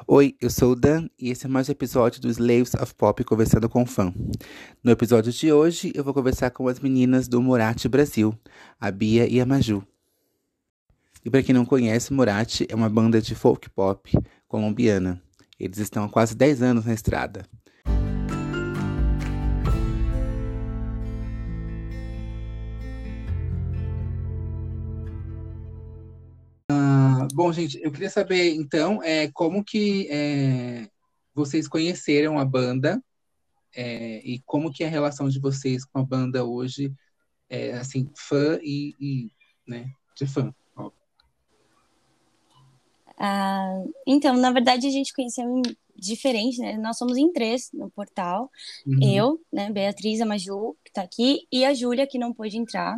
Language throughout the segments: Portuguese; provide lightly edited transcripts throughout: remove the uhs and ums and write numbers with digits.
Oi, eu sou o Dan e esse é mais um episódio do Slaves of Pop Conversando com Fã. No episódio de hoje, eu vou conversar com as meninas do Moratti Brasil, a Bia e a Maju. E para quem não conhece, Moratti é uma banda de folk pop colombiana. Eles estão há quase 10 anos na estrada. Bom, gente, eu queria saber, então, como que vocês conheceram a banda, e como que é a relação de vocês com a banda hoje, assim, fã né, de fã. Ó. Então, na verdade, a gente conheceu diferente, né? Nós somos em três no portal. Uhum. Eu, né, Beatriz, a Maju, que tá aqui, e a Júlia, que não pôde entrar.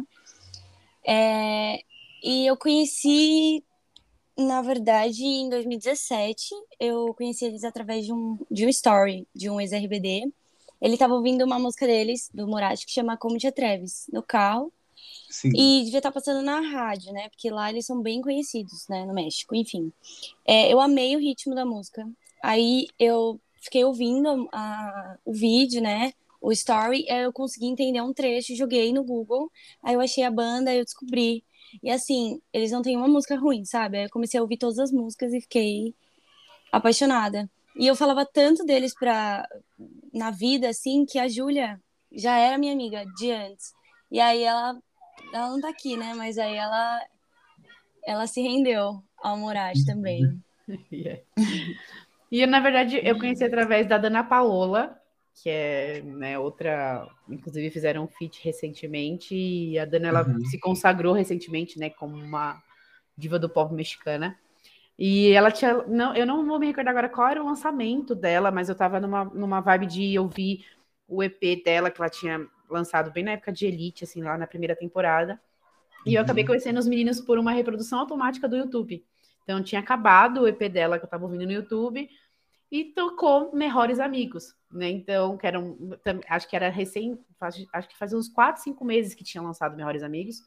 E eu conheci, na verdade, em 2017, eu conheci eles através de um story, de um ex-RBD. Ele tava ouvindo uma música deles, do Moraes, que chama Como Te Atreves, no carro. Sim. E devia estar passando na rádio, né? Porque lá eles são bem conhecidos, né? No México, enfim. Eu amei o ritmo da música. Aí eu fiquei ouvindo o vídeo, né? O story, aí eu consegui entender um trecho, joguei no Google, aí eu achei a banda, aí eu descobri. E assim, eles não têm uma música ruim, sabe? Aí eu comecei a ouvir todas as músicas e fiquei apaixonada. E eu falava tanto deles na vida, assim, que a Júlia já era minha amiga de antes. E aí ela não tá aqui, né? Mas aí ela se rendeu ao Moraes também. Yeah. E, na verdade, eu conheci através da Dana Paola, que é, né, outra... Inclusive, fizeram um feat recentemente, e a Dana, ela se consagrou recentemente, né, como uma diva do pop mexicana. E ela tinha... Não, eu não vou me recordar agora qual era o lançamento dela, mas eu tava numa vibe de ouvir o EP dela, que ela tinha lançado bem na época de Elite, assim, lá na primeira temporada. E eu acabei conhecendo os meninos por uma reprodução automática do YouTube. Então, tinha acabado o EP dela que eu tava ouvindo no YouTube e tocou Melhores Amigos, né? Então, acho que era acho que fazia uns 4, 5 meses que tinha lançado Melhores Amigos.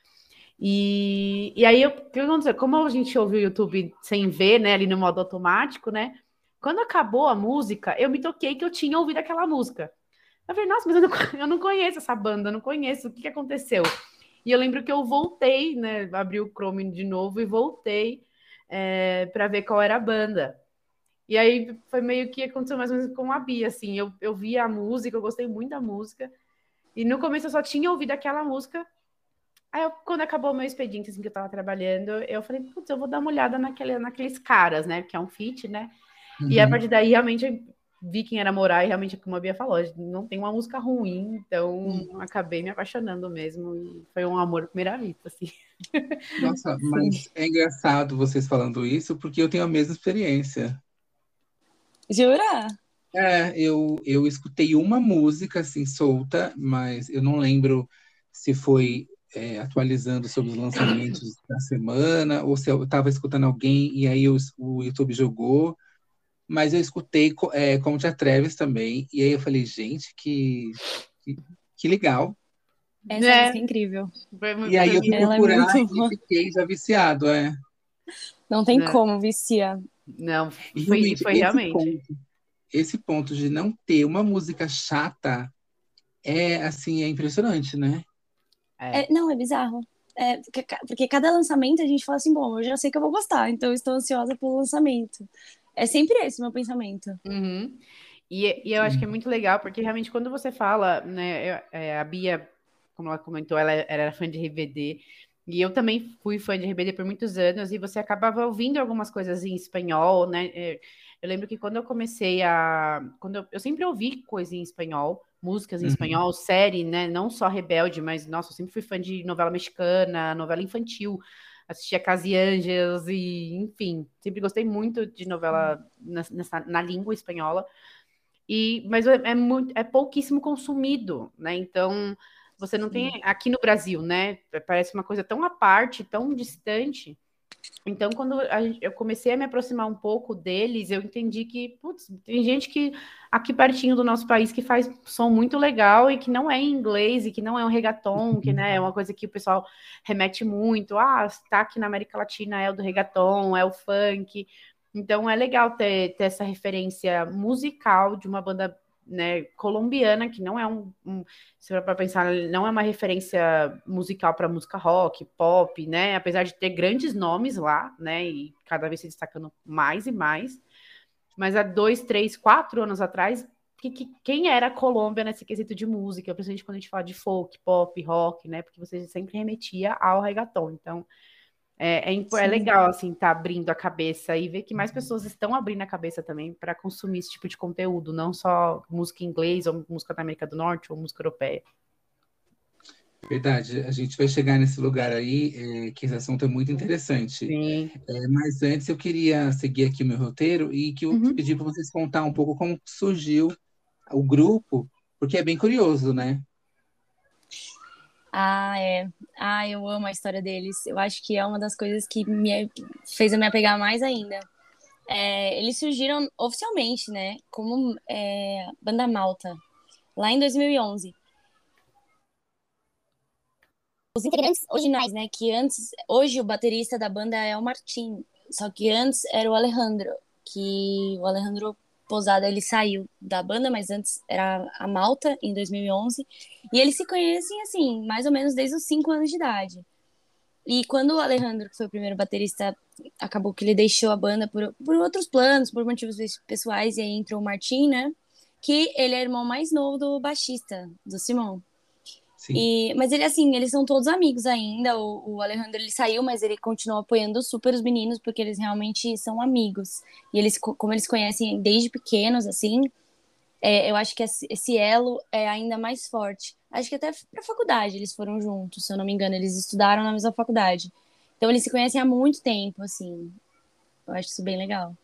E aí, o que aconteceu? Como a gente ouviu o YouTube sem ver, né, ali no modo automático, né? Quando acabou a música, eu me toquei que eu tinha ouvido aquela música. Eu falei, nossa, mas eu não conheço essa banda, eu não conheço, o que aconteceu? E eu lembro que eu voltei, né? Abri o Chrome de novo e voltei para ver qual era a banda. E aí foi meio que aconteceu mais ou menos com a Bia, assim. Eu vi a música, eu gostei muito da música. E no começo eu só tinha ouvido aquela música. Aí, quando acabou o meu expediente, assim, que eu tava trabalhando, eu falei, putz, eu vou dar uma olhada naqueles caras, né? Que é um feat, né? E a partir daí, realmente, eu vi quem era Morar e realmente, como a Bia falou, não tem uma música ruim, então acabei me apaixonando mesmo e foi um amor à primeira vista, assim. Nossa, Sim. mas é engraçado vocês falando isso, porque eu tenho a mesma experiência. Jura? Eu escutei uma música assim solta, mas eu não lembro se foi atualizando sobre os lançamentos da semana, ou se eu estava escutando alguém e aí o YouTube jogou. Mas eu escutei Como Te Atreves também, e aí eu falei, gente, que, que legal. Essa música é Né? incrível. E aí eu fui Ela é procurar muito e boa. fiquei já viciado, é. Não tem Né? como viciar. Não, E foi, realmente, foi realmente. esse ponto de não ter uma música chata assim, é impressionante, né? É. Não, é bizarro. Porque cada lançamento a gente fala assim, bom, eu já sei que eu vou gostar, então eu estou ansiosa pelo lançamento. É sempre esse o meu pensamento. Uhum. E eu acho que é muito legal, porque realmente quando você fala, né, a Bia, como ela comentou, ela era fã de RBD, e eu também fui fã de RBD por muitos anos, e você acabava ouvindo algumas coisas em espanhol, né? Eu lembro que quando eu comecei eu sempre ouvi coisa em espanhol, músicas em Uhum. espanhol, série, né? Não só Rebelde, mas, nossa, eu sempre fui fã de novela mexicana, novela infantil, assistia Casianges e, enfim, sempre gostei muito de novela na língua espanhola. Mas é pouquíssimo consumido, né? Então você não tem Sim. aqui no Brasil, né? Parece uma coisa tão à parte, tão distante. Então, quando eu comecei a me aproximar um pouco deles, eu entendi que, putz, tem gente que aqui pertinho do nosso país que faz som muito legal e que não é em inglês e que não é um reggaeton, que, né, é uma coisa que o pessoal remete muito. Ah, tá aqui na América Latina é o do reggaeton, é o funk. Então é legal ter essa referência musical de uma banda, né, colombiana, que não é se for para pensar, não é uma referência musical para música rock, pop, né? Apesar de ter grandes nomes lá, né? E cada vez se destacando mais e mais. Mas há 2, 3, 4 anos atrás, quem era a Colômbia nesse quesito de música? Principalmente quando a gente fala de folk, pop, rock, né? Porque você sempre remetia ao reggaeton. Então, é legal, assim, tá abrindo a cabeça e ver que mais pessoas estão abrindo a cabeça também para consumir esse tipo de conteúdo, não só música em inglês, ou música da América do Norte, ou música europeia. Verdade, a gente vai chegar nesse lugar aí, que esse assunto é muito interessante. Sim. Mas antes eu queria seguir aqui o meu roteiro e que eu Uhum. pedir para vocês contar um pouco como surgiu o grupo, porque é bem curioso, né? Ah, é. Ah, eu amo a história deles. Eu acho que é uma das coisas que fez eu me apegar mais ainda. Eles surgiram oficialmente, né, como Banda Malta, lá em 2011. Os integrantes originais, né, que hoje o baterista da banda é o Martin, só que antes era o Alejandro, que o Alejandro Posada, ele saiu da banda, mas antes era a Malta, em 2011, e eles se conhecem, assim, mais ou menos desde os 5 anos de idade. E quando o Alejandro, que foi o primeiro baterista, acabou que ele deixou a banda por outros planos, por motivos pessoais, e aí entrou o Martin, né, que ele é irmão mais novo do baixista, do Simão. Sim. Mas ele, assim, eles são todos amigos ainda. O Alejandro, ele saiu, mas ele continua apoiando super os meninos, porque eles realmente são amigos. E eles, como eles conhecem desde pequenos, assim, eu acho que esse elo é ainda mais forte. Acho que até pra faculdade eles foram juntos, se eu não me engano, eles estudaram na mesma faculdade. Então eles se conhecem há muito tempo, assim. Eu acho isso bem legal.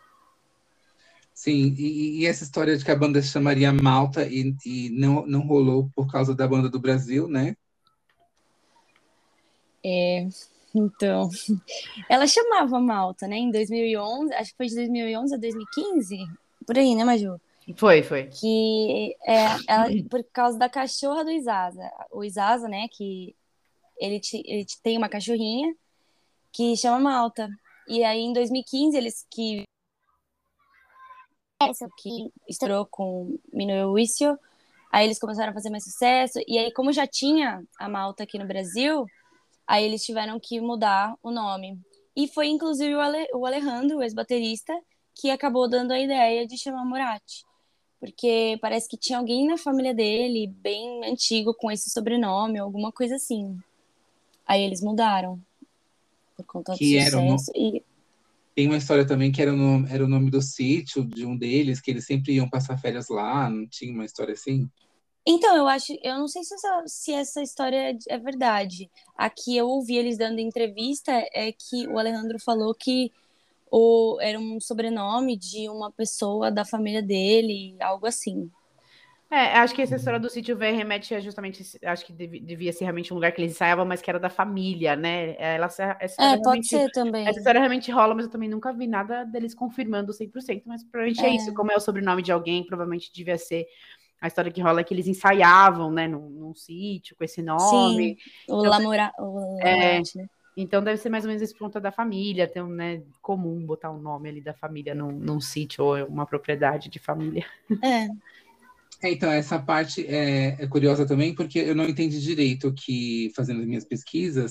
Sim, e essa história de que a banda se chamaria Malta e não rolou por causa da banda do Brasil, né? Então, ela chamava Malta, né, em 2011, acho que foi de 2011 a 2015, por aí, né, Maju? Foi. Que ela, por causa da cachorra do Isaza. O Isaza, né, que ele tem uma cachorrinha que chama Malta. E aí, em 2015, que estourou com Minuel Wiesel, aí eles começaram a fazer mais sucesso. E aí, como já tinha a Malta aqui no Brasil, aí eles tiveram que mudar o nome. E foi, inclusive, o Alejandro, o ex-baterista, que acabou dando a ideia de chamar Murat. Porque parece que tinha alguém na família dele, bem antigo, com esse sobrenome, alguma coisa assim. Aí eles mudaram, por conta do Que era o no... sucesso. E Tem uma história também que era o nome do sítio de um deles, que eles sempre iam passar férias lá, não tinha uma história assim? então, eu não sei se essa história é verdade. A que eu ouvi eles dando entrevista é que o Alejandro falou que era um sobrenome de uma pessoa da família dele, algo assim. Acho que essa história do sítio V remete a justamente, acho que devia ser realmente um lugar que eles ensaiavam, mas que era da família, né? Pode ser Essa também. história realmente rola, mas eu também nunca vi nada deles confirmando 100%, mas provavelmente é isso. É, Como é o sobrenome de alguém, provavelmente devia ser a história que rola é que eles ensaiavam, né, num sítio com esse nome. sim, Então, o é, Lamorat, né? então deve ser mais ou menos esse ponto da família, então, né, comum botar o nome ali da família num sítio ou uma propriedade de família. É. Então, essa parte é curiosa também, porque eu não entendi direito que, fazendo as minhas pesquisas,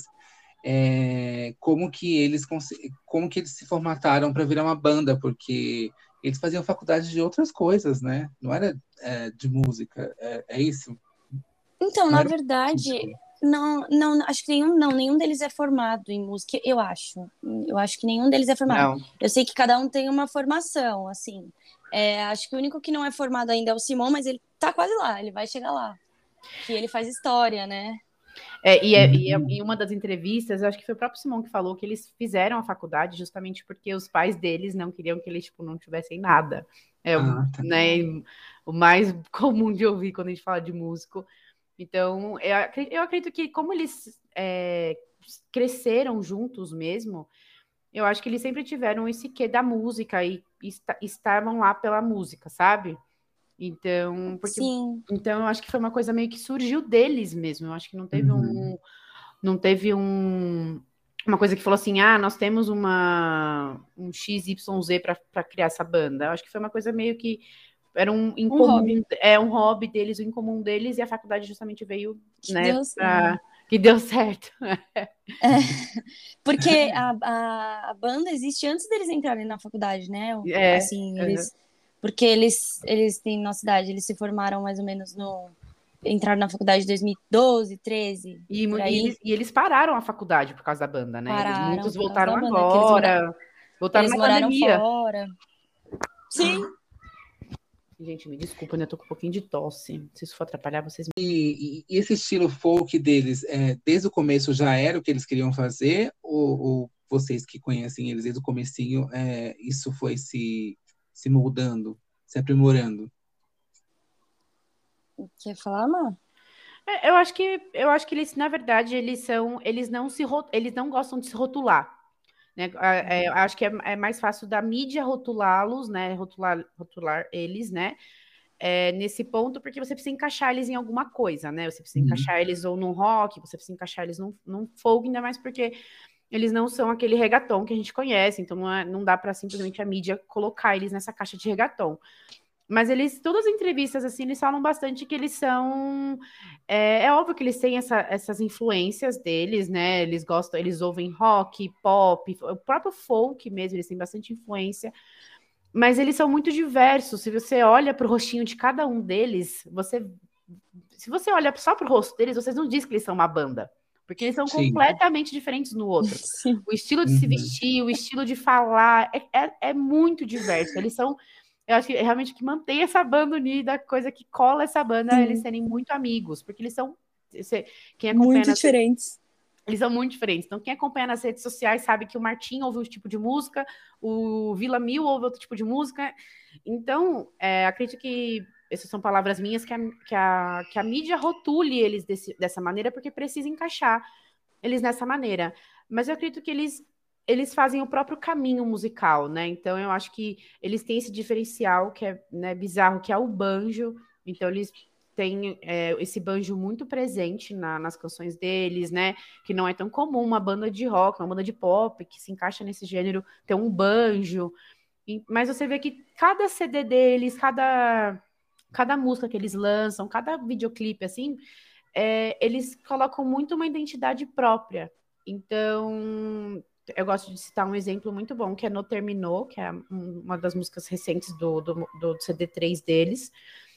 como que eles se formataram para virar uma banda, porque eles faziam faculdade de outras coisas, né? Não era de música, é isso? Então, Não na era verdade, artístico. não, acho que nenhum deles é formado em música, eu acho. Eu acho que nenhum deles é formado. Não. Eu sei que cada um tem uma formação, assim. Acho que o único que não é formado ainda é o Simon, mas ele tá quase lá, ele vai chegar lá. Que ele faz história, né? E uma das entrevistas, eu acho que foi o próprio Simão que falou que eles fizeram a faculdade justamente porque os pais deles não queriam que eles, tipo, não tivessem nada. Tá. Né, o mais comum de ouvir quando a gente fala de músico. Então, eu acredito que como eles cresceram juntos mesmo, eu acho que eles sempre tiveram esse quê da música e estavam lá pela música, sabe? Então, Sim. então eu acho que foi uma coisa meio que surgiu deles mesmo. Eu acho que não teve Uhum. não teve uma coisa que falou assim, nós temos um XYZ para criar essa banda. Eu acho que foi uma coisa meio que era um incomum, um hobby deles, o incomum deles, e a faculdade justamente veio, né, que deu certo. Porque a banda existe antes deles entrarem na faculdade, né? Assim, porque eles têm nossa idade, eles se formaram mais ou menos entraram na faculdade em 2012, 13. E eles pararam a faculdade por causa da banda, né? Muitos voltaram agora. Voltaram na pandemia. Fora. Sim. Gente, me desculpa, né? Eu tô com um pouquinho de tosse. Se isso for atrapalhar, vocês... E esse estilo folk deles, desde o começo já era o que eles queriam fazer? Ou vocês que conhecem eles desde o comecinho, isso foi se moldando, se aprimorando? Quer falar, Má? Eu acho que eles, na verdade, eles não gostam de se rotular. Né? Acho que é mais fácil da mídia rotulá-los, né? Rotular eles, né? Nesse ponto, porque você precisa encaixar eles em alguma coisa, né? Você precisa encaixar eles ou num rock, você precisa encaixar eles num folk, ainda mais porque eles não são aquele reggaeton que a gente conhece, então não dá para simplesmente a mídia colocar eles nessa caixa de reggaeton. Mas todas as entrevistas, assim, eles falam bastante que eles são... É óbvio que eles têm essas influências deles, né? Eles ouvem rock, pop, o próprio folk mesmo, eles têm bastante influência. Mas eles são muito diversos. Se você olha para o rostinho de cada um deles, se você olha só para o rosto deles, vocês não dizem que eles são uma banda. Porque eles são completamente diferentes no outro. Sim. O estilo de se vestir, o estilo de falar, é muito diverso. Eles são... Eu acho que realmente que mantém essa banda unida, a coisa que cola essa banda, eles serem muito amigos, porque eles são... Quem acompanha muito diferentes. Eles são muito diferentes. Então, quem acompanha nas redes sociais sabe que o Martim ouve um tipo de música, o Vila Mil ouve outro tipo de música. Então, acredito que essas são palavras minhas, que a mídia rotule eles dessa maneira, porque precisa encaixar eles nessa maneira. Mas eu acredito que eles fazem o próprio caminho musical, né? Então, eu acho que eles têm esse diferencial que é, né, bizarro, que é o banjo. Então, eles têm esse banjo muito presente nas canções deles, né? Que não é tão comum uma banda de rock, uma banda de pop que se encaixa nesse gênero, ter um banjo. Mas você vê que cada CD deles, cada música que eles lançam, cada videoclipe, assim, eles colocam muito uma identidade própria. Então... Eu gosto de citar um exemplo muito bom, que é No Terminou, que é uma das músicas recentes do CD3 deles.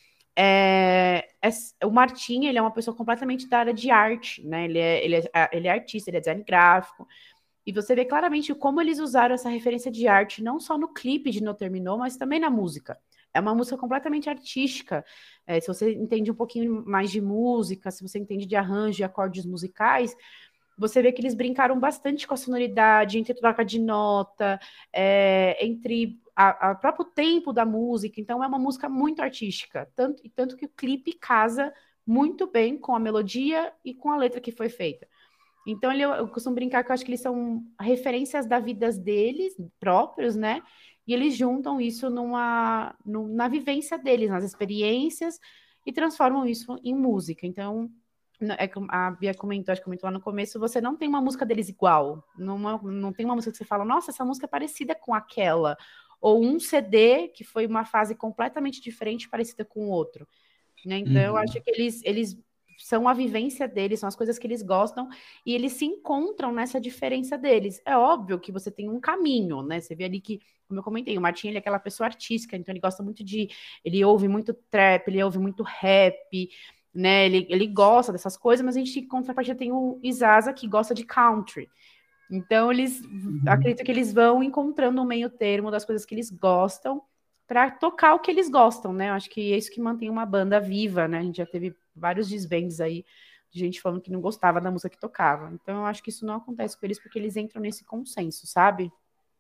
O Martim, ele é uma pessoa completamente da área de arte, né? Ele é artista, ele é design gráfico. E você vê claramente como eles usaram essa referência de arte, não só no clipe de No Terminou, mas também na música. É uma música completamente artística. Se você entende um pouquinho mais de música, se você entende de arranjo e acordes musicais, você vê que eles brincaram bastante com a sonoridade, entre troca de nota, entre o próprio tempo da música. Então, é uma música muito artística. Tanto que o clipe casa muito bem com a melodia e com a letra que foi feita. Então, eu costumo brincar que eu acho que eles são referências da vida deles próprios, né? E eles juntam isso na vivência deles, nas experiências, e transformam isso em música. Então... a Bia comentou lá no começo, você não tem uma música deles igual, não tem uma música que você fala, nossa, essa música é parecida com aquela, ou um CD que foi uma fase completamente diferente, parecida com o outro, né? Então eu acho que eles são a vivência deles, são as coisas que eles gostam, e eles se encontram nessa diferença deles. É óbvio que você tem um caminho, né? Você vê ali que, como eu comentei, o Martim, ele é aquela pessoa artística, então ele gosta muito ele ouve muito trap, ele ouve muito rap, né, ele gosta dessas coisas, mas a gente, em contrapartida, tem o Isaza, que gosta de country. Então, acredito que eles vão encontrando um meio termo das coisas que eles gostam para tocar o que eles gostam, né? Eu acho que é isso que mantém uma banda viva, né? A gente já teve vários desbands aí de gente falando que não gostava da música que tocava. Então, eu acho que isso não acontece com eles porque eles entram nesse consenso, sabe?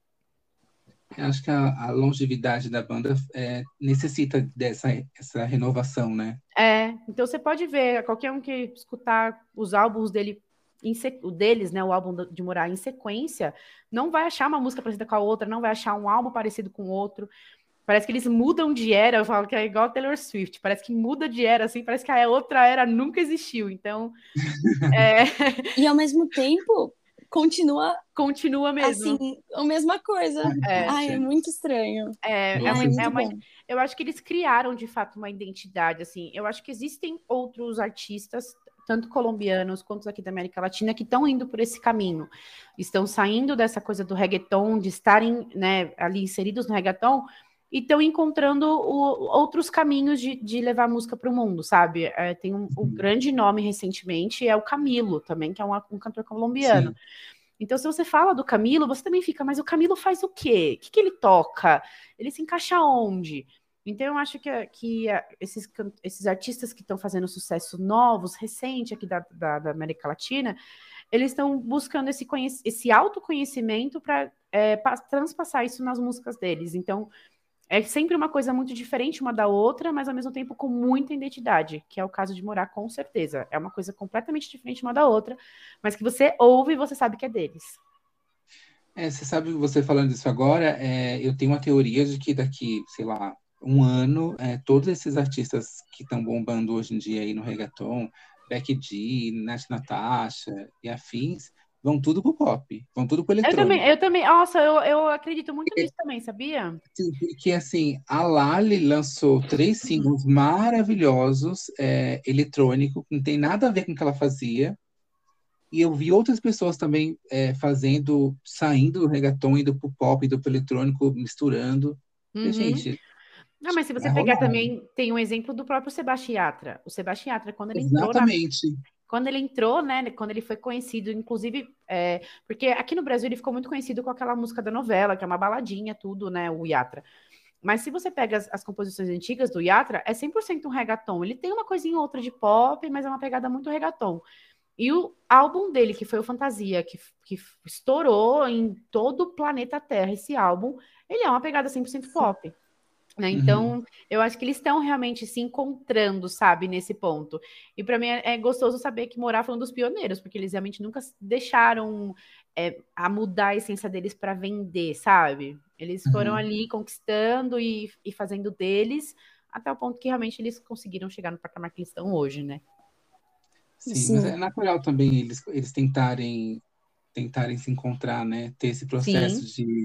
Eu acho que a longevidade da banda necessita essa renovação, né? Então você pode ver, qualquer um que escutar os álbuns deles, né, o álbum de Moraes em sequência, não vai achar uma música parecida com a outra, não vai achar um álbum parecido com o outro. Parece que eles mudam de era, eu falo que é igual a Taylor Swift, parece que muda de era, assim, parece que a outra era nunca existiu, então... E ao mesmo tempo, Continua mesmo. assim, a mesma coisa. Ai, é muito estranho. É, E ai, muito é uma, bom. eu acho que eles criaram, de fato, uma identidade, assim. Eu acho que existem outros artistas, tanto colombianos quanto aqui da América Latina, que estão indo por esse caminho. Estão saindo dessa coisa do reggaeton, de estarem, né, ali inseridos no reggaeton, e estão encontrando outros caminhos de levar a música para o mundo, sabe? Tem um grande nome recentemente, é o Camilo também, que é um cantor colombiano. Sim. Então, se você fala do Camilo, você também fica, mas o Camilo faz o quê? O que ele toca? Ele se encaixa onde? Então, eu acho que esses artistas que estão fazendo sucesso novos, recente aqui da América Latina, eles estão buscando esse autoconhecimento para transpassar isso nas músicas deles. Então, é sempre uma coisa muito diferente uma da outra, mas ao mesmo tempo com muita identidade, que é o caso de Morar, com certeza. É uma coisa completamente diferente uma da outra, mas que você ouve e você sabe que é deles. Você sabe, você falando isso agora, eu tenho uma teoria de que daqui, sei lá, um ano, todos esses artistas que estão bombando hoje em dia aí no reggaeton, Becky G, Nath Natasha e afins, vão tudo pro pop, vão tudo pro eletrônico. Eu também, nossa, eu acredito muito nisso também, sabia? Sim, porque assim, a Lali lançou 3 singles maravilhosos, eletrônico, que não tem nada a ver com o que ela fazia. E eu vi outras pessoas também saindo do reggaeton, indo pro pop, indo pro eletrônico, misturando. E, Uhum. gente, Não, mas se você vai pegar rolar. também, tem um exemplo do próprio Sebastião Yatra. O Sebastião Yatra, Exatamente. quando ele entrou, né, quando ele foi conhecido, inclusive, porque aqui no Brasil ele ficou muito conhecido com aquela música da novela, que é uma baladinha, tudo, né, o Yatra. Mas se você pega as composições antigas do Yatra, é 100% um reggaeton. Ele tem uma coisinha ou outra de pop, mas é uma pegada muito reggaeton. E o álbum dele, que foi o Fantasia, que estourou em todo o planeta Terra, esse álbum, ele é uma pegada 100% pop. Né? Uhum. Então, eu acho que eles estão realmente se encontrando, sabe, nesse ponto. E para mim é gostoso saber que Morar foi um dos pioneiros, porque eles realmente nunca deixaram a mudar a essência deles para vender, sabe? Eles foram Uhum. ali conquistando e fazendo deles, até o ponto que realmente eles conseguiram chegar no patamar que eles estão hoje, né? Sim, mas Sim. é natural também eles tentarem se encontrar, né? Ter esse processo Sim.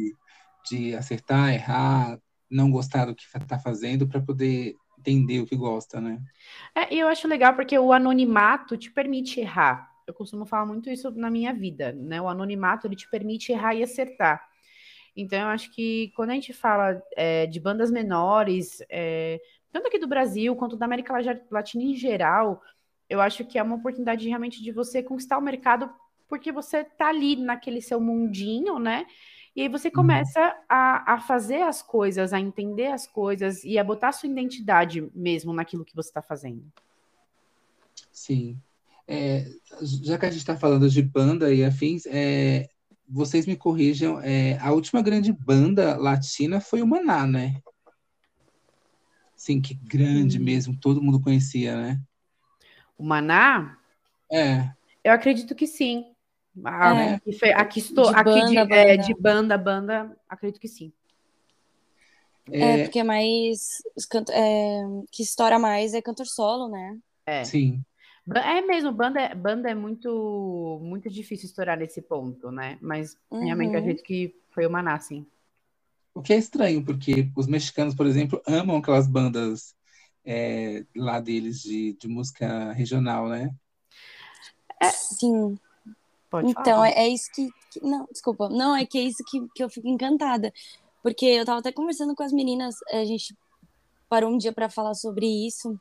de acertar, errar, não gostar do que está fazendo para poder entender o que gosta, né? E eu acho legal porque o anonimato te permite errar. Eu costumo falar muito isso na minha vida, né? O anonimato ele te permite errar e acertar. Então, eu acho que quando a gente fala de bandas menores, tanto aqui do Brasil quanto da América Latina em geral, eu acho que é uma oportunidade realmente de você conquistar o mercado porque você tá ali naquele seu mundinho, né? E aí você Uhum. começa a fazer as coisas, a entender as coisas e a botar sua identidade mesmo naquilo que você está fazendo. Sim. Já que a gente está falando de banda e afins, vocês me corrijam, a última grande banda latina foi o Maná, né? Sim, que grande mesmo, todo mundo conhecia, né? O Maná, É, eu acredito que sim. É, de banda, De banda. banda, acredito que sim. é, Porque é mais. Que estoura mais é cantor solo, né? É. sim. É mesmo, banda é muito, muito difícil estourar nesse ponto, né? Mas realmente Uhum. acredito que foi o Maná, sim. O que é estranho, porque os mexicanos, por exemplo, amam aquelas bandas lá deles de música regional, né? Sim. Pode Então, falar. é isso Não, desculpa. Não, é que é isso que eu fico encantada. Porque eu tava até conversando com as meninas, a gente parou um dia para falar sobre isso,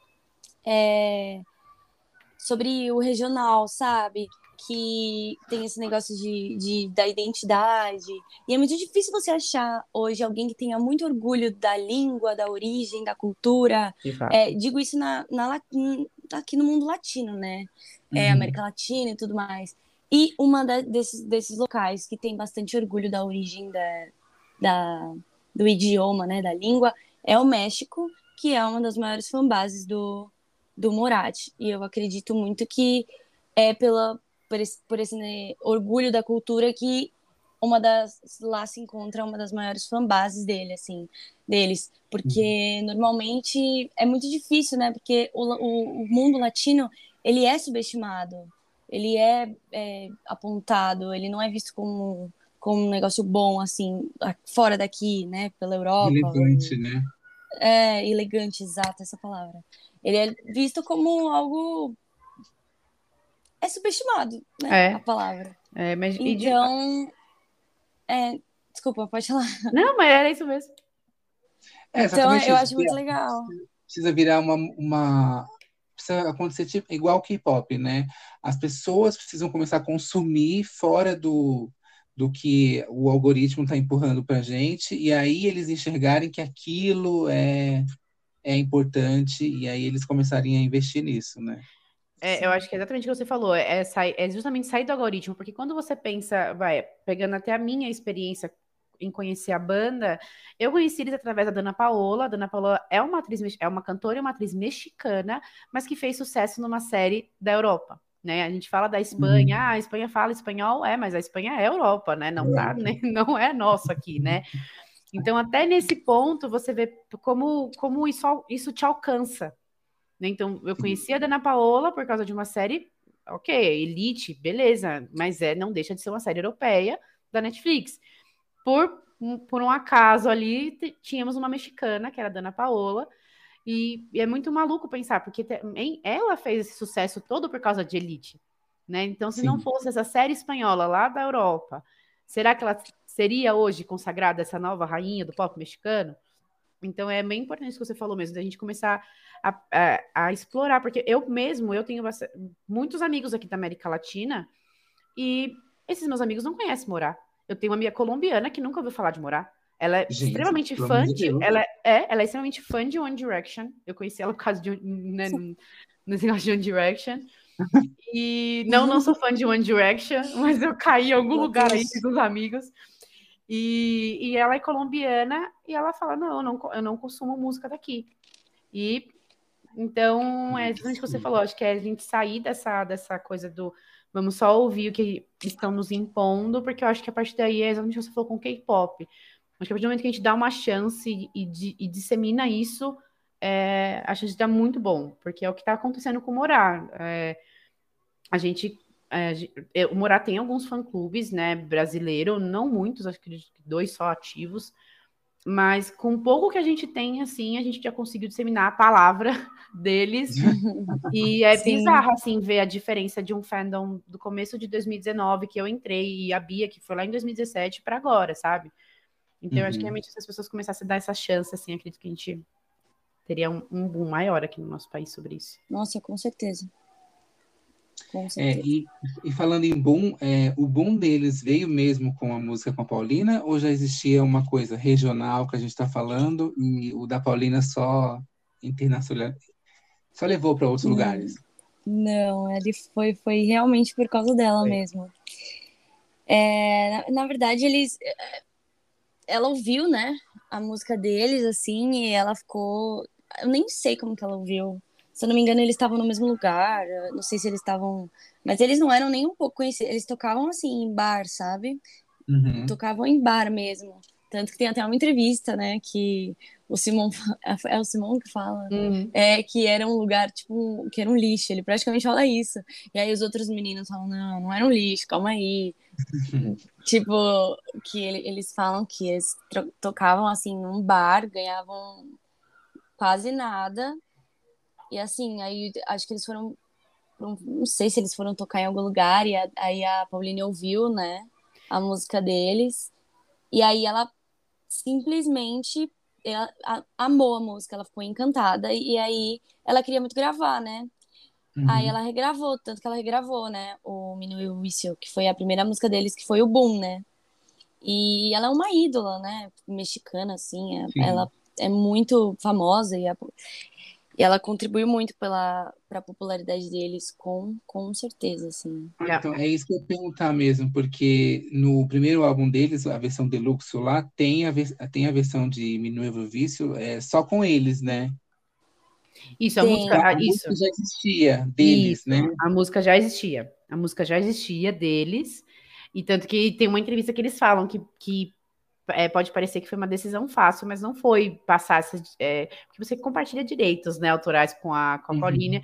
sobre o regional, sabe? Que tem esse negócio da identidade. E é muito difícil você achar hoje alguém que tenha muito orgulho da língua, da origem, da cultura. De fato. Digo isso aqui no mundo latino, né? Uhum. América Latina e tudo mais. E desses locais que tem bastante orgulho da origem da, do idioma, né? Da língua, é o México, que é uma das maiores fanbases do Morat. E eu acredito muito que é por esse né, orgulho da cultura que lá se encontra uma das maiores fanbases deles, Uhum. porque normalmente é muito difícil, né? Porque o mundo latino ele é subestimado. ele é apontado, ele não é visto como um negócio bom, assim, fora daqui, né, pela Europa. Relevante, né? É, elegante, exato, essa palavra. Ele é visto como algo... É subestimado, né, a É, palavra. mas Então, desculpa, pode falar. não, mas era isso mesmo. É Então, exatamente eu isso. acho muito legal. Precisa virar precisa acontecer tipo, igual o K-pop, né? As pessoas precisam começar a consumir fora do que o algoritmo está empurrando para a gente, e aí eles enxergarem que aquilo é importante, e aí eles começarem a investir nisso, né? Eu acho que é exatamente o que você falou, é justamente sair do algoritmo, porque quando você pensa, pegando até a minha experiência em conhecer a banda, eu conheci eles através da Dana Paola. A Dana Paola é uma atriz, é uma cantora e uma atriz mexicana, mas que fez sucesso numa série da Europa, né? A gente fala da Espanha, Uhum. a Espanha fala espanhol, mas a Espanha é Europa, né? Não tá, né? Não é nosso aqui, né? Então, até nesse ponto, você vê como isso te alcança, né? Então, eu Sim, conheci a Dana Paola por causa de uma série, ok, Elite, beleza, mas não deixa de ser uma série europeia da Netflix. Por um acaso ali, tínhamos uma mexicana, que era a Dana Paola, e é muito maluco pensar, porque também ela fez esse sucesso todo por causa de Elite, né? Então, se não sim, fosse essa série espanhola lá da Europa, será que ela seria hoje consagrada essa nova rainha do pop mexicano? Então é bem importante isso que você falou mesmo, da gente começar a explorar, porque eu tenho muitos amigos aqui da América Latina e esses meus amigos não conhecem Morar. Eu tenho uma amiga colombiana que nunca ouviu falar de Morar. Ela é gente, extremamente pelo amor fã de de, Deus. ela é extremamente fã de One Direction. Eu conheci ela por causa de, né, nesse negócio de One Direction. E não sou fã de One Direction, mas eu caí em algum Meu lugar aí Deus. com os amigos. E ela é colombiana e ela fala: não, eu não consumo música daqui. E então é exatamente o que você falou, acho que é a gente sair dessa coisa do vamos só ouvir o que estão nos impondo, porque eu acho que a partir daí é exatamente o que você falou com o K-pop. Acho que a partir do momento que a gente dá uma chance e dissemina isso, a chance dá muito bom, porque é o que está acontecendo com o Morar. A gente. O Morar tem alguns fã-clubes, né, brasileiro, não muitos, acho que 2 só ativos, mas com pouco que a gente tem, assim, a gente já conseguiu disseminar a palavra deles. E é Sim. bizarro, assim, ver a diferença de um fandom do começo de 2019, que eu entrei, e a Bia, que foi lá em 2017, para agora, sabe? Então, eu acho que Uhum. realmente se as pessoas começassem a dar essa chance, assim, acredito que a gente teria um boom maior aqui no nosso país sobre isso. Nossa, com certeza. Com É, certeza. e falando em boom, o boom deles veio mesmo com a música com a Paulina, ou já existia uma coisa regional que a gente está falando e o da Paulina só internacional, só levou para outros Hum, lugares? não, ele foi realmente por causa dela Foi. mesmo. Na verdade, ela ouviu, né, a música deles, assim, e ela ficou. Eu nem sei como que ela ouviu. Se eu não me engano, eles estavam no mesmo lugar. Eu não sei se eles estavam. Mas eles não eram nem um pouco conhecidos. Eles tocavam, assim, em bar, sabe? Uhum. Tocavam em bar mesmo. Tanto que tem até uma entrevista, né, que o Simon, é o Simon que fala, Uhum. que era um lugar, tipo, que era um lixo, ele praticamente fala isso. E aí os outros meninos falam, não, não era um lixo, calma aí. Tipo, que eles falam que eles tocavam, assim, num bar, ganhavam quase nada, e assim, aí acho que eles foram, não sei se eles foram tocar em algum lugar, e aí a Pauline ouviu, né, a música deles, e aí ela simplesmente amou a música, ela ficou encantada, e aí ela queria muito gravar, né? Aí Uhum. ela regravou, tanto que ela regravou, né? O Minuit Whistle, que foi a primeira música deles, que foi o Boom, né? E ela é uma ídola, né? Mexicana, assim. Sim. Ela é muito famosa e ela contribuiu muito pra popularidade deles, com certeza, assim. Ah, então, é isso que eu ia perguntar mesmo, porque no primeiro álbum deles, a versão deluxe lá, tem a versão de Minueva Vício só com eles, né? Isso, a música, Então, Tem. a música já existia deles, isso, né? a música já existia. A música já existia deles. E tanto que tem uma entrevista que eles falam que pode parecer que foi uma decisão fácil, mas não foi passar porque você compartilha direitos, né, autorais com a Pauline. Uhum.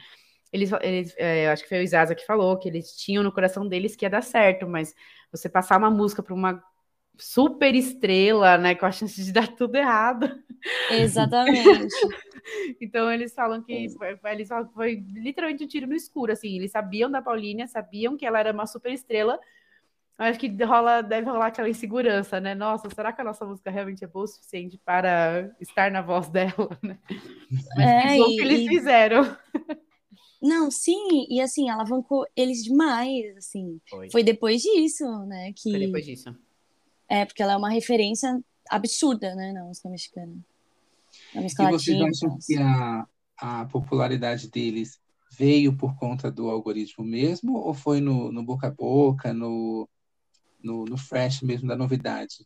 Eu acho que foi o Isaza que falou que eles tinham no coração deles que ia dar certo, mas você passar uma música para uma super estrela, né, com a chance de dar tudo errado. Exatamente. Então eles falam que foi literalmente um tiro no escuro, assim. Eles sabiam da Paulínia, sabiam que ela era uma super estrela. Acho que deve rolar aquela insegurança, né? Nossa, será que a nossa música realmente é boa o suficiente para estar na voz dela, né? Mas que bom que eles fizeram. Não, sim, e assim, alavancou eles demais, assim. Foi. Foi depois disso, né, Foi depois disso. porque ela é uma referência absurda, né, na música mexicana. Na música E vocês latina e acham tal. que a popularidade deles veio por conta do algoritmo mesmo, ou foi no boca a boca, no fresh mesmo da novidade?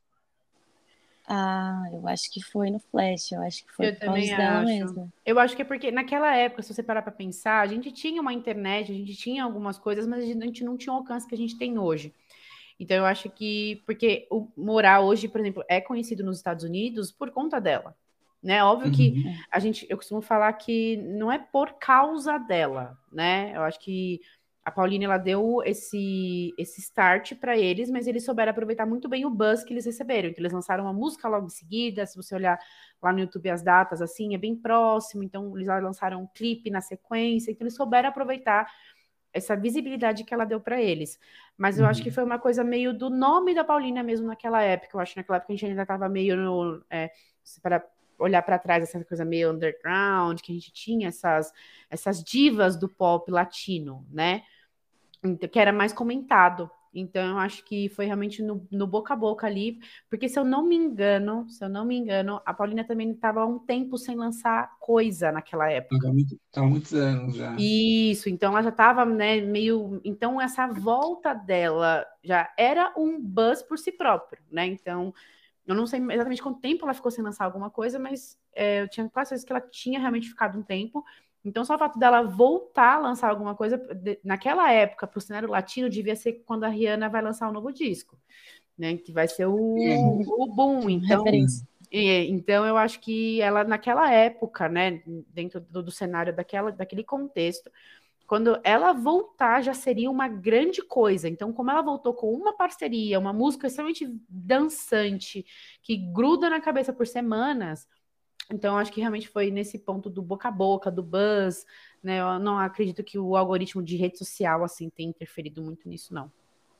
Eu acho que foi no Flash, eu acho que foi Eu por causa também dela acho. mesmo. Eu acho que é porque naquela época, se você parar para pensar, a gente tinha uma internet, a gente tinha algumas coisas, mas a gente não tinha o alcance que a gente tem hoje. Então eu acho que porque o Morar hoje, por exemplo, é conhecido nos Estados Unidos por conta dela, né? Óbvio que eu costumo falar que não é por causa dela, né? Eu acho que a Paulina ela deu esse start para eles, mas eles souberam aproveitar muito bem o buzz que eles receberam. Então eles lançaram uma música logo em seguida, se você olhar lá no YouTube as datas assim, é bem próximo, então eles lançaram um clipe na sequência, então eles souberam aproveitar essa visibilidade que ela deu para eles. Mas eu acho que foi uma coisa meio do nome da Paulina mesmo naquela época. Eu acho que naquela época a gente ainda estava meio no. Para olhar para trás, essa coisa meio underground, que a gente tinha essas divas do pop latino, né? Que era mais comentado. Então, eu acho que foi realmente no boca a boca ali, porque se eu não me engano, a Paulina também estava há um tempo sem lançar coisa naquela época. Há muitos anos já. Isso, então ela já estava, né, meio. Então, essa volta dela já era um buzz por si próprio, né? Então, eu não sei exatamente quanto tempo ela ficou sem lançar alguma coisa, mas eu tinha quase certeza que ela tinha realmente ficado um tempo. Então, só o fato dela voltar a lançar alguma coisa, naquela época, para o cenário latino, devia ser quando a Rihanna vai lançar um novo disco, né? Que vai ser o boom. Então, eu acho que ela, naquela época, né, dentro do cenário daquele contexto, quando ela voltar, já seria uma grande coisa. Então, como ela voltou com uma parceria, uma música extremamente dançante, que gruda na cabeça por semanas, então acho que realmente foi nesse ponto do boca a boca, do buzz, né? Eu não acredito que o algoritmo de rede social, assim, tenha interferido muito nisso, não.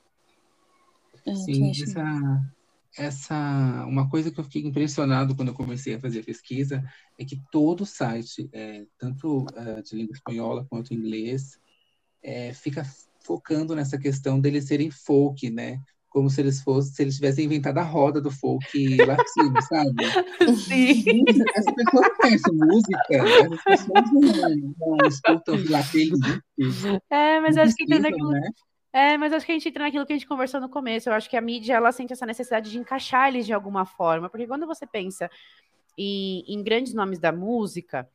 Sim, uma coisa que eu fiquei impressionado quando eu comecei a fazer pesquisa é que todo site, tanto de língua espanhola quanto inglês, fica focando nessa questão deles serem folk, né? Como se eles tivessem inventado a roda do folk latino, sabe? Sim. As pessoas não conhecem música, as pessoas não escutam filatelia, Mas não acho que entra pesquisam, naquilo. né? Mas acho que a gente entra naquilo que a gente conversou no começo. Eu acho que a mídia ela sente essa necessidade de encaixar eles de alguma forma, porque quando você pensa em grandes nomes da música,